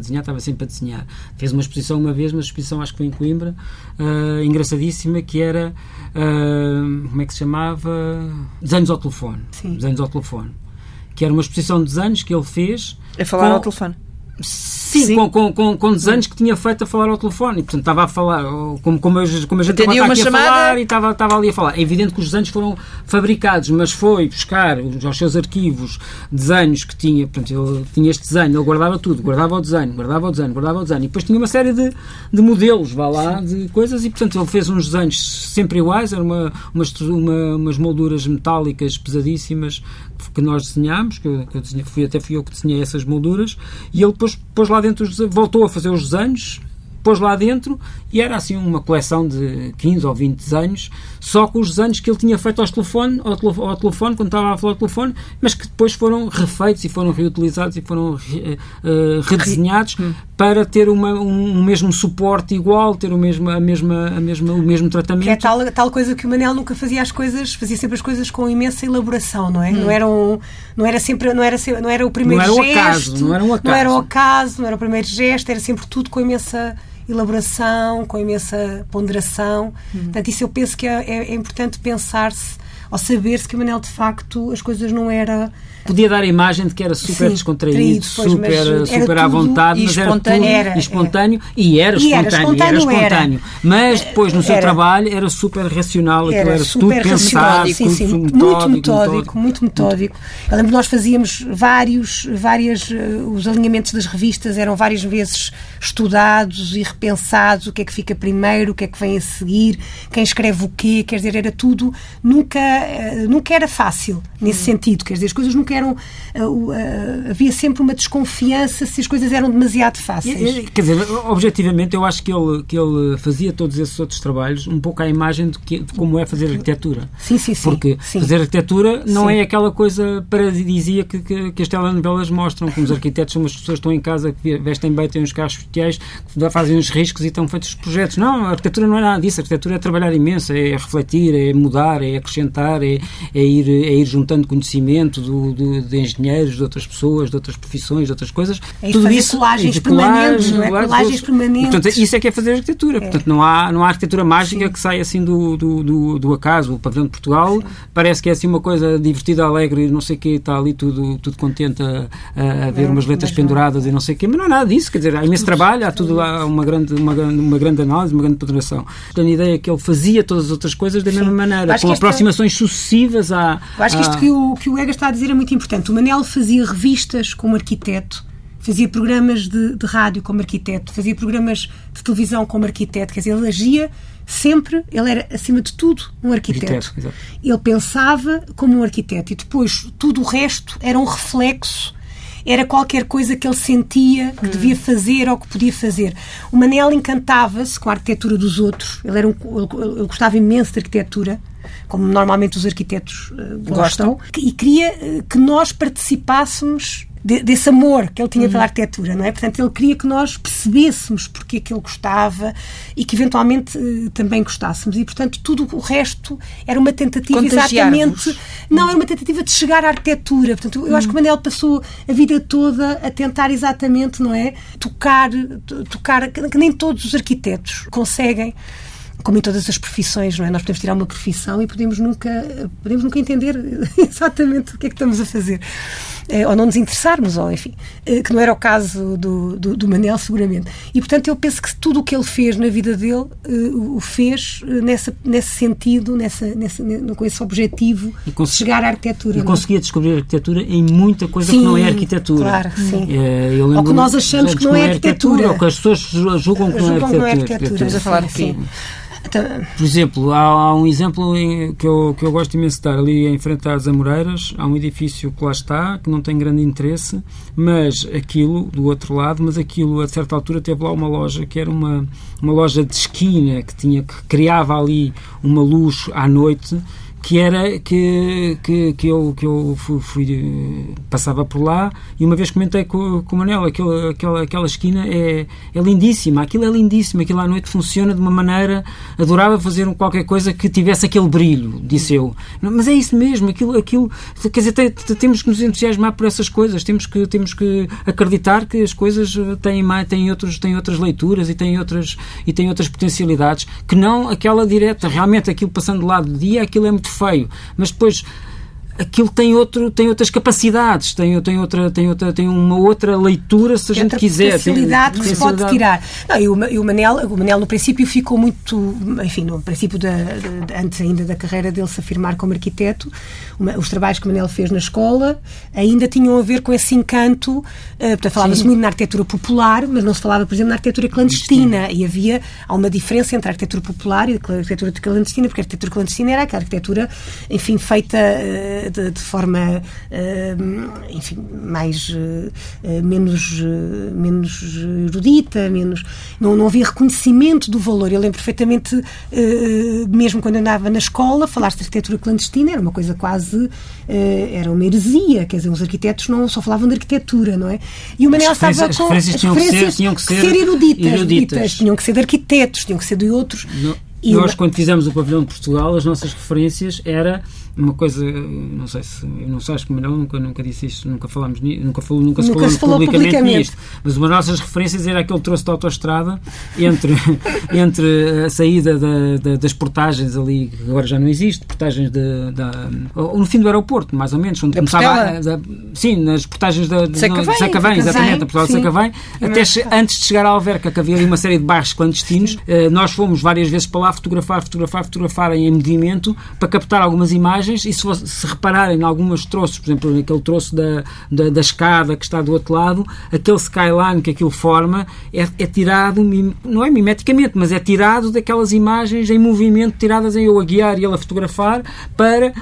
B: Fez uma exposição uma vez, uma exposição acho que foi em Coimbra, engraçadíssima, que era, como é que se chamava? Desenhos ao telefone.
C: Sim.
B: Desenhos ao telefone. Que era uma exposição de desenhos que ele fez...
A: A falar ao telefone.
B: Sim. Com desenhos que tinha feito a falar ao telefone. E, portanto, estava a falar, como a gente estava aqui a falar, e estava ali a falar. É evidente que os desenhos foram fabricados, mas foi buscar aos seus arquivos desenhos que tinha. Portanto, ele tinha este desenho, ele guardava tudo, guardava o desenho. E depois tinha uma série de modelos, de coisas, e, portanto, ele fez uns desenhos sempre iguais, eram umas molduras metálicas pesadíssimas que nós desenhámos, fui eu que desenhei essas molduras, e ele depois pôs lá dentro, voltou a fazer os desenhos, pôs lá dentro, e era assim uma coleção de 15 ou 20 desenhos, só com os desenhos que ele tinha feito ao telefone, quando estava a falar ao telefone, mas que depois foram refeitos e foram reutilizados e foram redesenhados para ter um mesmo suporte igual, ter o mesmo tratamento.
C: Que é tal coisa que o Manel nunca fazia fazia sempre as coisas com imensa elaboração, não é? Não era o primeiro gesto,
B: não era o
C: acaso, não era o primeiro gesto, era sempre tudo com imensa elaboração, com imensa ponderação. Portanto, isso eu penso que é importante pensar-se ou saber-se que o Manel, de facto, as coisas não era...
B: Podia dar a imagem de que era super descontraído, super à vontade, mas era tudo espontâneo. E era espontâneo. Mas depois, no seu trabalho, era super racional, aquilo era tudo pensado,
C: muito metódico. Eu lembro que nós fazíamos os alinhamentos das revistas eram várias vezes estudados e repensados, o que é que fica primeiro, o que é que vem a seguir, quem escreve o quê, quer dizer, era tudo, nunca era fácil nesse sentido, quer dizer, as coisas nunca eram, havia sempre uma desconfiança se as coisas eram demasiado fáceis.
B: Quer dizer, objetivamente eu acho que ele fazia todos esses outros trabalhos um pouco à imagem de como é fazer arquitetura.
C: Sim.
B: Porque fazer arquitetura não é aquela coisa paradisíaca que as telenovelas mostram, como os arquitetos são umas pessoas que estão em casa, que vestem bem, têm uns carros especiais, que fazem uns riscos e estão feitos os projetos. Não, a arquitetura não é nada disso. A arquitetura é trabalhar imenso, é refletir, é mudar, é acrescentar, estudar, é ir juntando conhecimento de engenheiros, de outras pessoas, de outras profissões, de outras coisas.
C: É tudo isso, colagens permanentes, não é? Colagens permanentes.
B: Portanto, isso é que é fazer arquitetura. Portanto, não há arquitetura mágica que sai assim do acaso. O Pavilhão de Portugal parece que é assim uma coisa divertida, alegre, não sei o quê, está ali tudo contente a ver umas letras penduradas e não sei o quê, mas não há nada disso, quer dizer, há imenso trabalho, há uma grande análise, uma grande ponderação. Tenho a ideia que ele fazia todas as outras coisas da mesma maneira, com aproximações sucessivas à...
C: Acho que isto que o Egas está a dizer é muito importante. O Manel fazia revistas como arquiteto, fazia programas de rádio como arquiteto, fazia programas de televisão como arquiteto, quer dizer, ele agia sempre, ele era, acima de tudo, um arquiteto. Ele pensava como um arquiteto e depois tudo o resto era um reflexo, era qualquer coisa que ele sentia que devia fazer ou que podia fazer. O Manel encantava-se com a arquitetura dos outros, ele gostava imenso de arquitetura, como normalmente os arquitetos gostam, e queria que nós participássemos desse amor que ele tinha pela arquitetura, não é? Portanto, ele queria que nós percebêssemos porque é que ele gostava e que eventualmente também gostássemos. E, portanto, tudo o resto era uma tentativa exatamente... Não, era uma tentativa de chegar à arquitetura. Portanto, eu acho que o Manel passou a vida toda a tentar exatamente, não é? Tocar, que nem todos os arquitetos conseguem, como em todas as profissões, não é? Nós podemos tirar uma profissão e podemos nunca entender exatamente o que é que estamos a fazer. Ou não nos interessarmos, ou enfim, que não era o caso do Manel, seguramente. E, portanto, eu penso que tudo o que ele fez na vida dele o fez nesse sentido, com esse objetivo de chegar à arquitetura.
B: E conseguia descobrir a arquitetura em muita coisa que não é arquitetura.
C: Claro, sim. Ou que nós achamos que não é arquitetura.
B: Ou que as pessoas julgam que não é arquitetura.
C: Estamos a falar de quê?
B: Por exemplo, há um exemplo que eu gosto imenso de estar ali em frente às Amoreiras. Há um edifício que lá está, que não tem grande interesse, mas aquilo, do outro lado, a certa altura teve lá uma loja que era uma loja de esquina que criava ali uma luz à noite, que eu passava por lá e uma vez comentei com o Manel, aquela esquina é lindíssima, aquilo à noite funciona de uma maneira, adorava fazer qualquer coisa que tivesse aquele brilho, disse eu. Mas é isso mesmo, aquilo quer dizer, temos que nos entusiasmar por essas coisas, temos que acreditar que as coisas têm outras leituras e têm outras potencialidades, que não aquela direta. Realmente aquilo passando lá de dia, aquilo é muito feio, mas depois aquilo tem outras capacidades, tem uma outra leitura, se a gente quiser.
C: Potencialidade que se pode tirar. Não, e o Manel no princípio ficou muito, enfim, no princípio antes ainda da carreira dele se afirmar como arquiteto, os trabalhos que o Manel fez na escola ainda tinham a ver com esse encanto, portanto falava-se muito na arquitetura popular, mas não se falava, por exemplo, na arquitetura clandestina, e há uma diferença entre a arquitetura popular e a arquitetura clandestina, porque a arquitetura clandestina era aquela arquitetura, enfim, feita de forma, enfim, menos erudita, não havia reconhecimento do valor. Eu lembro perfeitamente, mesmo quando andava na escola, falar-se de arquitetura clandestina era uma coisa quase, era uma heresia, quer dizer, os arquitetos não só falavam de arquitetura, não é? E o Manel estava com as referências tinham que ser eruditas, tinham que ser de arquitetos, tinham que ser de outros.
B: Nós, quando fizemos o Pavilhão de Portugal, as nossas referências era uma coisa, não sei se acho que o Manel nunca disse isto, nunca se falou publicamente nisto, mas uma das nossas referências era aquele troço de autoestrada entre a saída das portagens ali, que agora já não existe, portagens no fim do aeroporto, mais ou menos, onde começava nas portagens de Sacavém, exatamente, a Portugal de Sacavém, até antes de chegar à Alverca, que havia ali uma série de bairros clandestinos. Nós fomos várias vezes para lá fotografar em movimento para captar algumas imagens, e se repararem em alguns troços, por exemplo, aquele troço da escada que está do outro lado, aquele skyline que aquilo forma é tirado, não é mimeticamente, mas é tirado daquelas imagens em movimento, tiradas em eu a guiar e ele a fotografar, para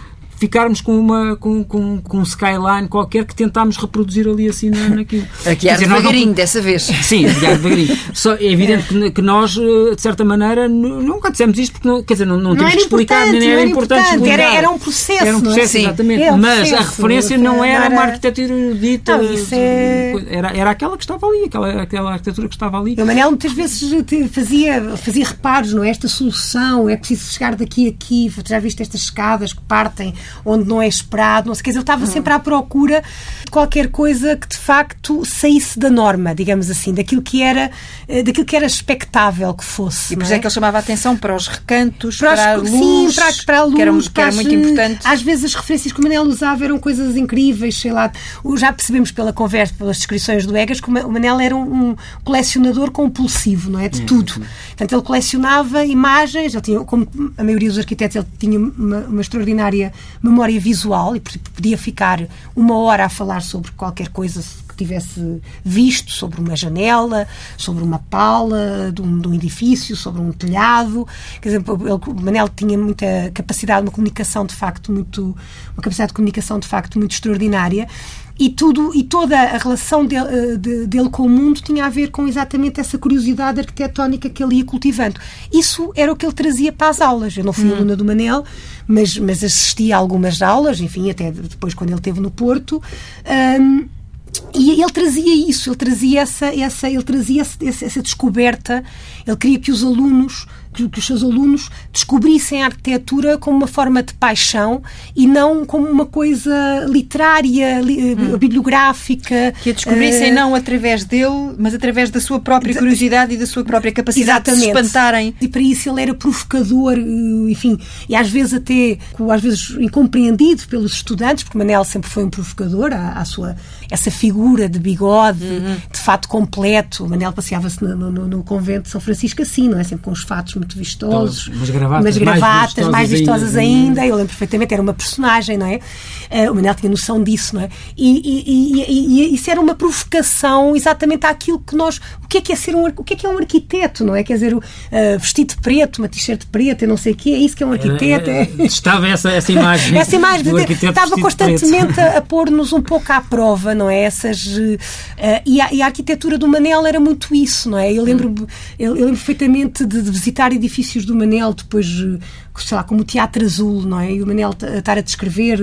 B: ficarmos com um skyline qualquer que tentámos reproduzir ali assim naquilo.
A: A guiar devagarinho, dessa vez.
B: Sim, a guiar devagarinho. Só é evidente que nós, de certa maneira, nunca dissemos isto, porque quer dizer, não temos que explicar, nem era importante explicar.
C: Era um processo.
B: Era um processo, exatamente. Mas a referência não era uma arquitetura erudita. Era aquela que estava ali, aquela arquitetura que estava ali.
C: O Manel muitas vezes fazia reparos, não é? Esta solução, é preciso chegar daqui a aqui, já viste estas escadas que partem onde não é esperado, não sei, quer dizer, eu estava sempre à procura de qualquer coisa que de facto saísse da norma, digamos assim, daquilo que era expectável que fosse.
A: E por isso é que ele chamava a atenção para os recantos,
C: para a luz, para a luz,
A: que era muito importante.
C: Às vezes as referências que o Manel usava eram coisas incríveis, sei lá, já percebemos pela conversa, pelas descrições do Egas, que o Manel era um colecionador compulsivo, não é? De tudo. Portanto, ele colecionava imagens, ele tinha, como a maioria dos arquitetos, ele tinha uma extraordinária memória visual e podia ficar uma hora a falar sobre qualquer coisa que tivesse visto, sobre uma janela, sobre uma pala de um edifício, sobre um telhado. Quer dizer, o Manel tinha muita capacidade, uma capacidade de comunicação de facto muito extraordinária. E toda a relação dele com o mundo tinha a ver com exatamente essa curiosidade arquitetónica que ele ia cultivando. Isso era o que ele trazia para as aulas. Eu não fui aluna do Manel, mas assisti a algumas aulas, enfim, até depois quando ele esteve no Porto. E ele trazia isso, ele trazia essa descoberta. Ele queria que os seus alunos descobrissem a arquitetura como uma forma de paixão e não como uma coisa literária, bibliográfica.
A: Que a descobrissem não através dele, mas através da sua própria curiosidade e da sua própria capacidade de se espantarem.
C: E para isso ele era provocador, enfim, e às vezes até incompreendido pelos estudantes, porque Manel sempre foi um provocador, essa figura de bigode, de fato completo. Manel passeava-se no convento de São Francisco assim, não é? Sempre com os fatos muito vistosos,
B: umas gravatas
C: mais vistosas ainda. Eu lembro perfeitamente, era uma personagem, não é? O Manel tinha noção disso, não é? E isso era uma provocação exatamente àquilo que nós... O que é um arquiteto, não é? Quer dizer, vestido de preto, uma t-shirt preta, não sei o quê, é isso que é um arquiteto.
B: Estava essa imagem.
C: Essa imagem estava constantemente a pôr-nos um pouco à prova, não é? E a arquitetura do Manel era muito isso, não é? Eu lembro perfeitamente de visitar edifícios do Manel depois, sei lá, como o Teatro Azul, não é? E o Manel estar a descrever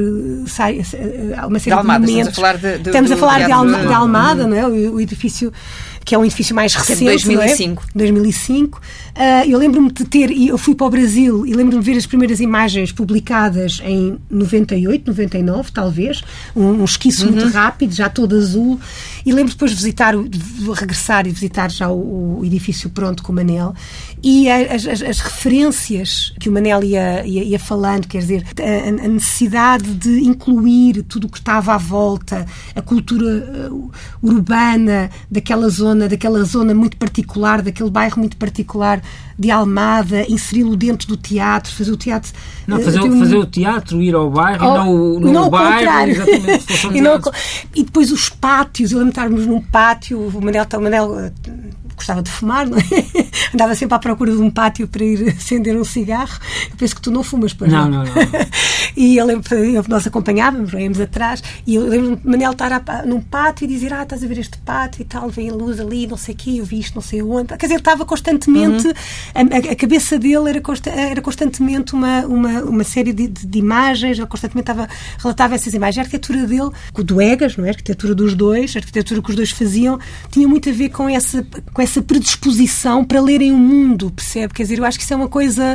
C: uma série de momentos. Estamos a falar de Almada, não é? O edifício que é um edifício mais recente,
A: 2005.
C: Não é? 2005. Eu lembro-me eu fui para o Brasil e lembro-me de ver as primeiras imagens publicadas em 98, 99, talvez, um esquiço muito rápido, já todo azul, e lembro depois de regressar e visitar já o edifício pronto com o Manel, e as referências que o Manel ia falando, quer dizer, a necessidade de incluir tudo o que estava à volta, a cultura urbana daquela zona muito particular, daquele bairro muito particular de Almada, inseri-lo dentro do teatro, fazer o teatro...
B: Fazer o teatro, ir ao bairro e não o bairro, exatamente.
C: E depois os pátios, eu lembro de estarmos num pátio, o Manel gostava de fumar, não é? Andava sempre à procura de um pátio para ir acender um cigarro. Eu penso que tu não fumas, pois não?
B: Não.
C: E nós acompanhávamos, íamos atrás, e eu lembro de Manel estar num pátio e dizer, estás a ver este pátio e tal, vem a luz ali, não sei o quê, eu vi isto, não sei onde. Quer dizer, ele estava constantemente, a cabeça dele era constantemente uma série de imagens, ele constantemente relatava essas imagens. A arquitetura dele, do Egas, não é? A arquitetura dos dois, a arquitetura que os dois faziam, tinha muito a ver com essa predisposição para lerem o mundo, percebe? Quer dizer, eu acho que isso é uma coisa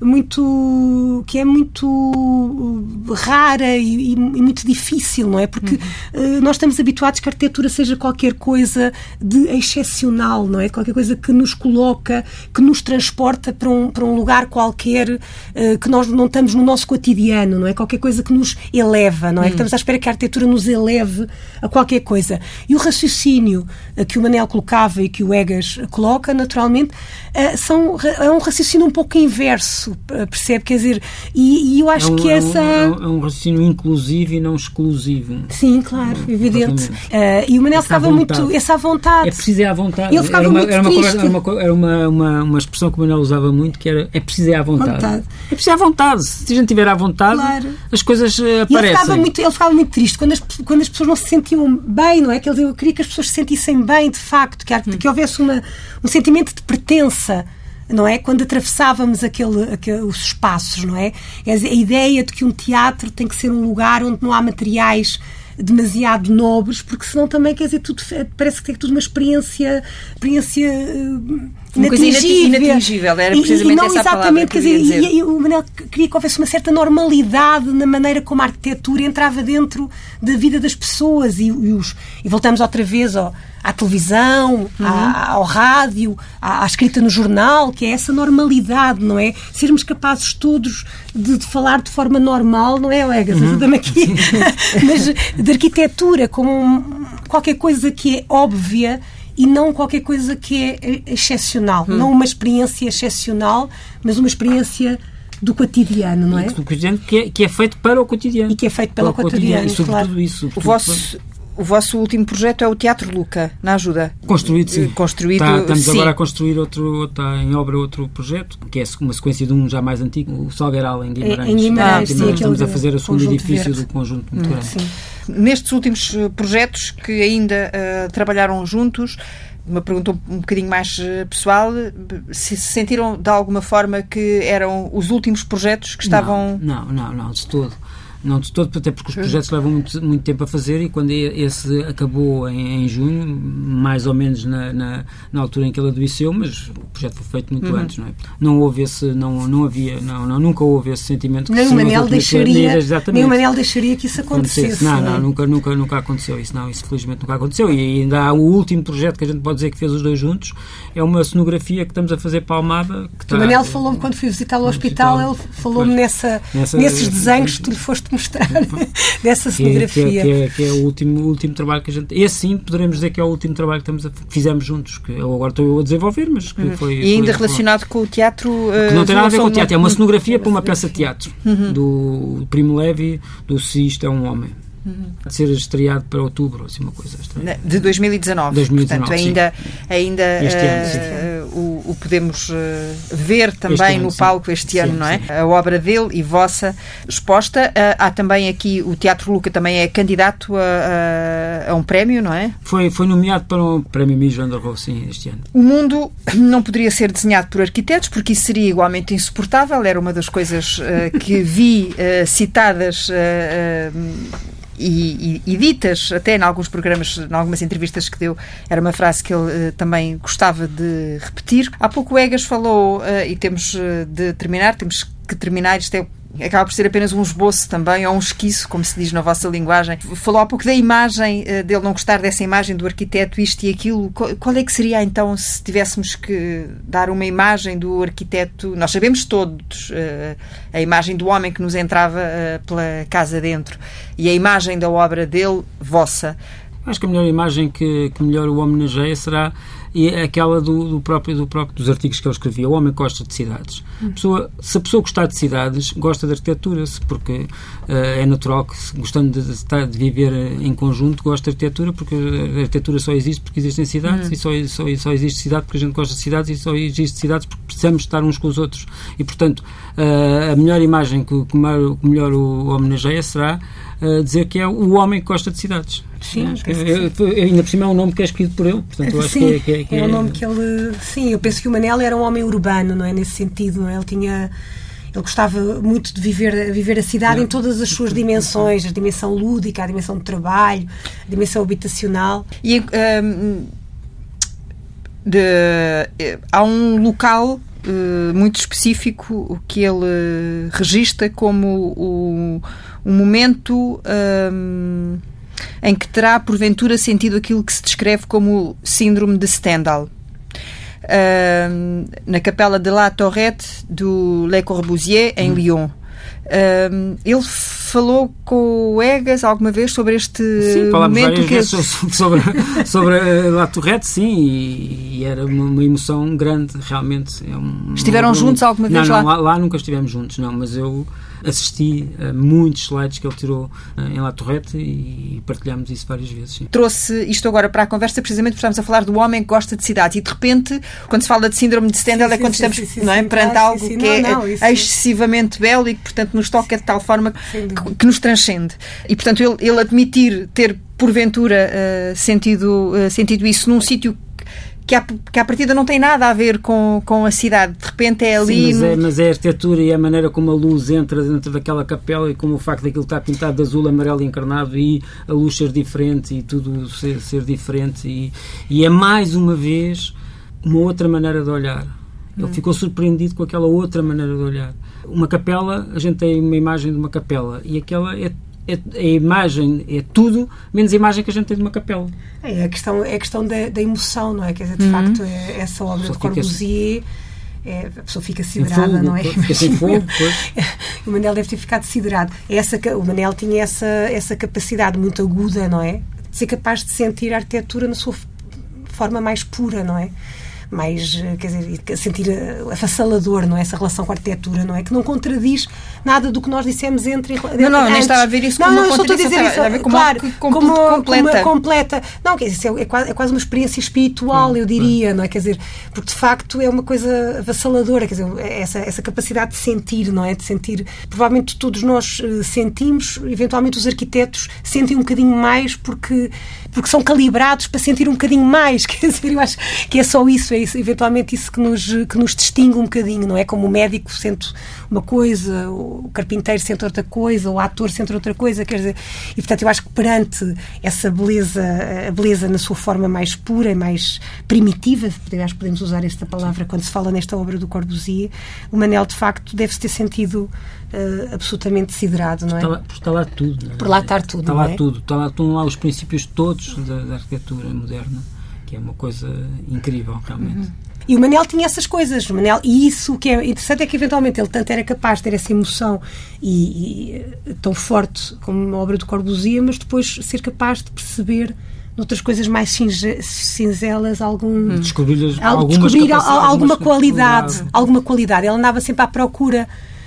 C: muito rara e muito difícil, não é? Porque nós estamos habituados que a arquitetura seja qualquer coisa de excepcional, não é? Qualquer coisa que nos coloca, que nos transporta para um lugar qualquer, que nós não estamos no nosso cotidiano, não é? Qualquer coisa que nos eleva, não é? Estamos à espera que a arquitetura nos eleve a qualquer coisa. E o raciocínio que o Manel colocava e que o Egas Egas coloca, naturalmente, é um raciocínio um pouco inverso, percebe? Quer dizer, e eu acho que essa...
B: É um raciocínio inclusivo e não exclusivo.
C: Sim, claro, evidente. E o Manel ficava muito... Essa à vontade.
B: É preciso à vontade.
C: Ele ficava muito triste.
B: Era uma expressão que o Manel usava muito, que era: é preciso à vontade. É preciso à vontade. Se a gente tiver à vontade, claro, as coisas aparecem.
C: Ele ficava muito triste quando as pessoas não se sentiam bem, não é? Que eu queria que as pessoas se sentissem bem, de facto, que houvesse um sentimento de pertença, não é? Quando atravessávamos os espaços, não é? A ideia de que um teatro tem que ser um lugar onde não há materiais demasiado nobres, porque senão também, quer dizer, parece que é tudo uma experiência
A: inatingível. Era precisamente essa a palavra que eu ia dizer.
C: E o Manel queria que houvesse uma certa normalidade na maneira como a arquitetura entrava dentro da vida das pessoas e voltamos outra vez à televisão, ao rádio, à escrita no jornal, que é essa normalidade, não é? Sermos capazes todos de falar de forma normal, não é, Egas? Ajuda-me aqui. Mas de arquitetura como qualquer coisa que é óbvia e não qualquer coisa que é excepcional. Não uma experiência excepcional, mas uma experiência do cotidiano, não é?
B: Do cotidiano que é feito para o cotidiano.
C: E que é feito pelo cotidiano,
B: e sobretudo
C: claro.
B: Isso.
A: O vosso último projeto é o Teatro Luca, na Ajuda.
B: Construído, sim. Estamos
A: sim.
B: agora a construir está em obra outro projeto, que é uma sequência de um já mais antigo, o Salgueiral, em Guimarães.
C: Em Guimarães, sim,
B: estamos a fazer o segundo edifício
C: verde.
B: do conjunto muito grande.
C: Sim.
A: Nestes últimos projetos que ainda trabalharam juntos, uma pergunta um bocadinho mais pessoal, se sentiram de alguma forma que eram os últimos projetos que estavam...
B: Não, de todo. Não de todo, até porque os projetos levam muito tempo a fazer, e quando esse acabou em junho, mais ou menos na altura em que ele adoeceu, mas o projeto foi feito muito antes, não é? Não houve nunca houve esse sentimento.
C: Nem o Manel deixaria que isso acontecesse.
B: Nunca aconteceu isso. Isso felizmente nunca aconteceu. E ainda há o último projeto que a gente pode dizer que fez os dois juntos, é uma cenografia que estamos a fazer para a Almada.
C: O Manel falou-me, quando fui visitá-lo ao hospital, ele falou-me nesses desenhos que tu lhe foste mostrar dessa cenografia.
B: Que é o último trabalho que a gente... Esse sim, poderemos dizer que é o último trabalho que fizemos juntos, que eu agora estou a desenvolver, mas que foi...
A: E ainda relacionado com o teatro...
B: Que não tem nada a ver com o teatro, é uma cenografia para uma peça de teatro, do Primo Levi, do Se Isto é um Homem. De ser estreado para outubro, assim, uma coisa estranha.
A: De 2019. Portanto, ainda este ano, o podemos ver também no palco este ano, não é? Sim. A obra dele e vossa exposta. Há também aqui, o Teatro Luca também é candidato a um prémio, não é?
B: Foi nomeado para o prémio Mies van der Rohe, sim, este ano.
A: O mundo não poderia ser desenhado por arquitetos, porque isso seria igualmente insuportável. Era uma das coisas que vi citadas e ditas até em alguns programas, em algumas entrevistas que deu. Era uma frase que ele também gostava de repetir. Há pouco o Egas falou, e temos que terminar, isto acaba por ser apenas um esboço também, ou um esquiço, como se diz na vossa linguagem. Falou há pouco da imagem, dele não gostar dessa imagem do arquiteto, isto e aquilo. Qual é que seria então, se tivéssemos que dar uma imagem do arquiteto? Nós sabemos todos a imagem do homem que nos entrava pela casa dentro, e a imagem da obra dele, vossa.
B: Acho que a melhor imagem que melhor o homenageia será aquela dos artigos que ele escrevia. O homem gosta de cidades. Se a pessoa gostar de cidades, gosta de arquitetura, porque é natural que, gostando de viver em conjunto, gosta de arquitetura, porque a arquitetura só existe porque existem cidades, e só existe cidade porque a gente gosta de cidades, e só existe cidades porque precisamos estar uns com os outros. E, portanto, a melhor imagem que melhor o homenageia será dizer que é o homem que gosta de cidades.
C: Sim,
B: ainda por cima é um nome que é escrito por ele, portanto eu acho que
C: é um nome que ele... Sim, eu penso que o Manel era um homem urbano, não é? Nesse sentido, não é? Ele gostava muito de viver a cidade em todas as suas dimensões, a dimensão lúdica, a dimensão de trabalho, a dimensão habitacional.
A: E há um local muito específico que ele registra como um momento em que terá porventura sentido aquilo que se descreve como o síndrome de Stendhal. Na capela de La Tourette do Le Corbusier, em Lyon. Ele falou com o Egas alguma vez sobre este
B: sim, falámos
A: momento?
B: Várias vezes sobre La Tourette, sim, e era uma emoção grande, realmente.
A: Estiveram juntos alguma vez lá?
B: Não, lá nunca estivemos juntos, não, mas eu assisti a muitos slides que ele tirou em La Tourette e partilhámos isso várias vezes. Sim.
A: Trouxe isto agora para a conversa precisamente porque estamos a falar do homem que gosta de cidades e de repente, quando se fala de síndrome de Stendhal, é quando estamos perante algo que é excessivamente belo e que, portanto, nos toca de tal forma que nos transcende. E, portanto, ele admitir ter, porventura, sentido isso num sítio que à partida não tem nada a ver com a cidade. De repente é ali...
B: Sim, mas é a arquitetura e a maneira como a luz entra dentro daquela capela e como o facto daquilo estar pintado de azul, amarelo e encarnado e a luz ser diferente e tudo ser diferente e é mais uma vez uma outra maneira de olhar. Ele ficou surpreendido com aquela outra maneira de olhar. Uma capela, a gente tem uma imagem de uma capela e aquela a imagem é tudo, menos a imagem que a gente tem de uma capela.
C: É a questão da emoção, não é? Quer dizer, de facto, essa obra de Corbusier, a pessoa fica siderada, não é?
B: Fica sem fogo, pois.
C: O Manel deve ter ficado siderado. O Manel tinha essa capacidade muito aguda, não é? De ser capaz de sentir a arquitetura na sua forma mais pura, não é? Mais, quer dizer, sentir avassalador, não é? Essa relação com a arquitetura, não é? Que não contradiz nada do que nós dissemos
A: Não, nem estava a ver isso como uma contradição. Estava a ver como uma
C: completa. Não, quer dizer, é quase uma experiência espiritual, eu diria, não é? Quer dizer, porque de facto é uma coisa avassaladora, quer dizer, essa capacidade de sentir, não é? De sentir, provavelmente todos nós sentimos, eventualmente os arquitetos sentem um bocadinho mais porque são calibrados para sentir um bocadinho mais, quer dizer, eu acho que é só isso, eventualmente isso que nos distingue um bocadinho, não é? Como o médico sente uma coisa, o carpinteiro sente outra coisa, o ator sente outra coisa, quer dizer, e portanto eu acho que perante essa beleza, a beleza na sua forma mais pura e mais primitiva, acho que podemos usar esta palavra quando se fala nesta obra do Corbusier, o Manel de facto deve-se ter sentido absolutamente siderado, não é?
B: Está lá tudo. Não é?
C: Por lá estar tudo,
B: está
C: lá
B: não é? Tudo, estão lá os princípios todos da arquitetura moderna, que é uma coisa incrível, realmente.
C: E o Manel tinha essas coisas, e isso que é interessante é que eventualmente ele tanto era capaz de ter essa emoção e tão forte como uma obra do Corbusier, mas depois ser capaz de perceber noutras coisas mais cinzelas
B: descobrir
C: alguma qualidade. Ele andava sempre à procura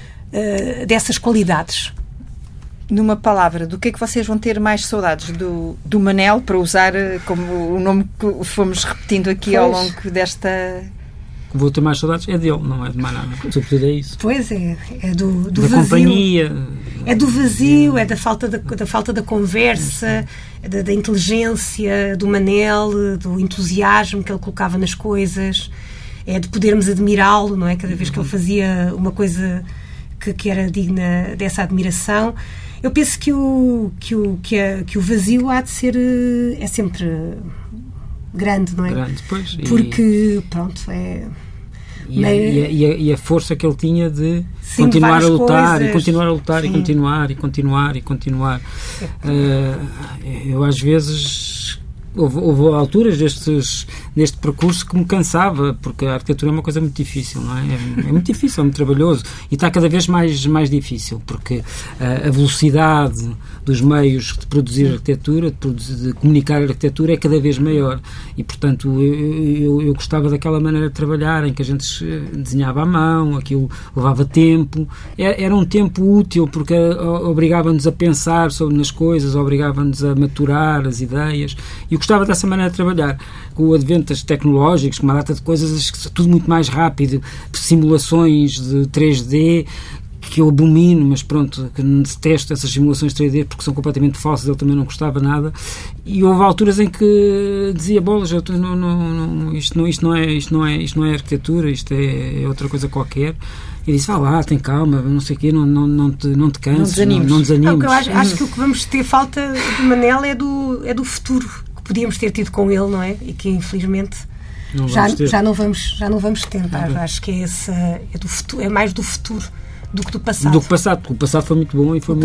C: dessas qualidades.
A: Numa palavra, do que é que vocês vão ter mais saudades? Do Manel, para usar como o nome que fomos repetindo aqui ao longo desta...
B: Vou ter mais saudades é dele, não é de mais nada. Sobretudo é isso.
C: Pois é do
B: da
C: vazio.
B: Companhia.
C: É do vazio, é da falta da conversa, da inteligência do Manel, do entusiasmo que ele colocava nas coisas, é de podermos admirá-lo, não é? Cada vez que ele fazia uma coisa que era digna dessa admiração. Eu penso que o vazio há de ser... é sempre grande, não é?
B: Grande, pois.
C: Porque, pronto, é...
B: E a força que ele tinha de continuar a lutar coisas. E continuar a lutar. Sim. e continuar. Eu às vezes... Houve alturas neste percurso que me cansava, porque a arquitetura é uma coisa muito difícil, não é? É muito difícil, é muito trabalhoso e está cada vez mais difícil, porque a velocidade dos meios de produzir arquitetura, de comunicar a arquitetura é cada vez maior e, portanto, eu gostava daquela maneira de trabalhar em que a gente desenhava à mão, aquilo levava tempo, era um tempo útil porque obrigava-nos a pensar nas coisas, obrigava-nos a maturar as ideias e eu gostava dessa maneira de trabalhar. Com o advento das tecnológicas, com uma data de coisas, tudo muito mais rápido, simulações de 3D que eu abomino, mas pronto, que detesto essas simulações 3D porque são completamente falsas, ele também não gostava nada e houve alturas em que dizia bolas, isto não é arquitetura, isto é outra coisa qualquer. E disse, vá lá, tem calma, não sei o quê, não te canses, não desanimes.
C: Eu acho que o que vamos ter falta de Manel é do futuro que podíamos ter tido com ele, não é? E que infelizmente já não vamos ter. Acho que do futuro, é mais do futuro do que do passado.
B: Porque o passado foi muito bom e foi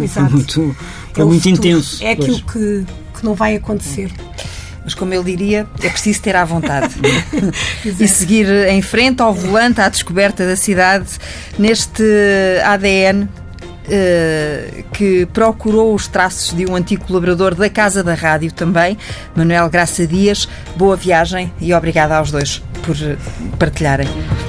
B: muito intenso.
C: É aquilo que não vai acontecer.
A: Mas, como ele diria, é preciso ter à vontade e seguir em frente ao volante à descoberta da cidade neste ADN que procurou os traços de um antigo colaborador da Casa da Rádio também, Manuel Graça Dias. Boa viagem e obrigada aos dois por partilharem.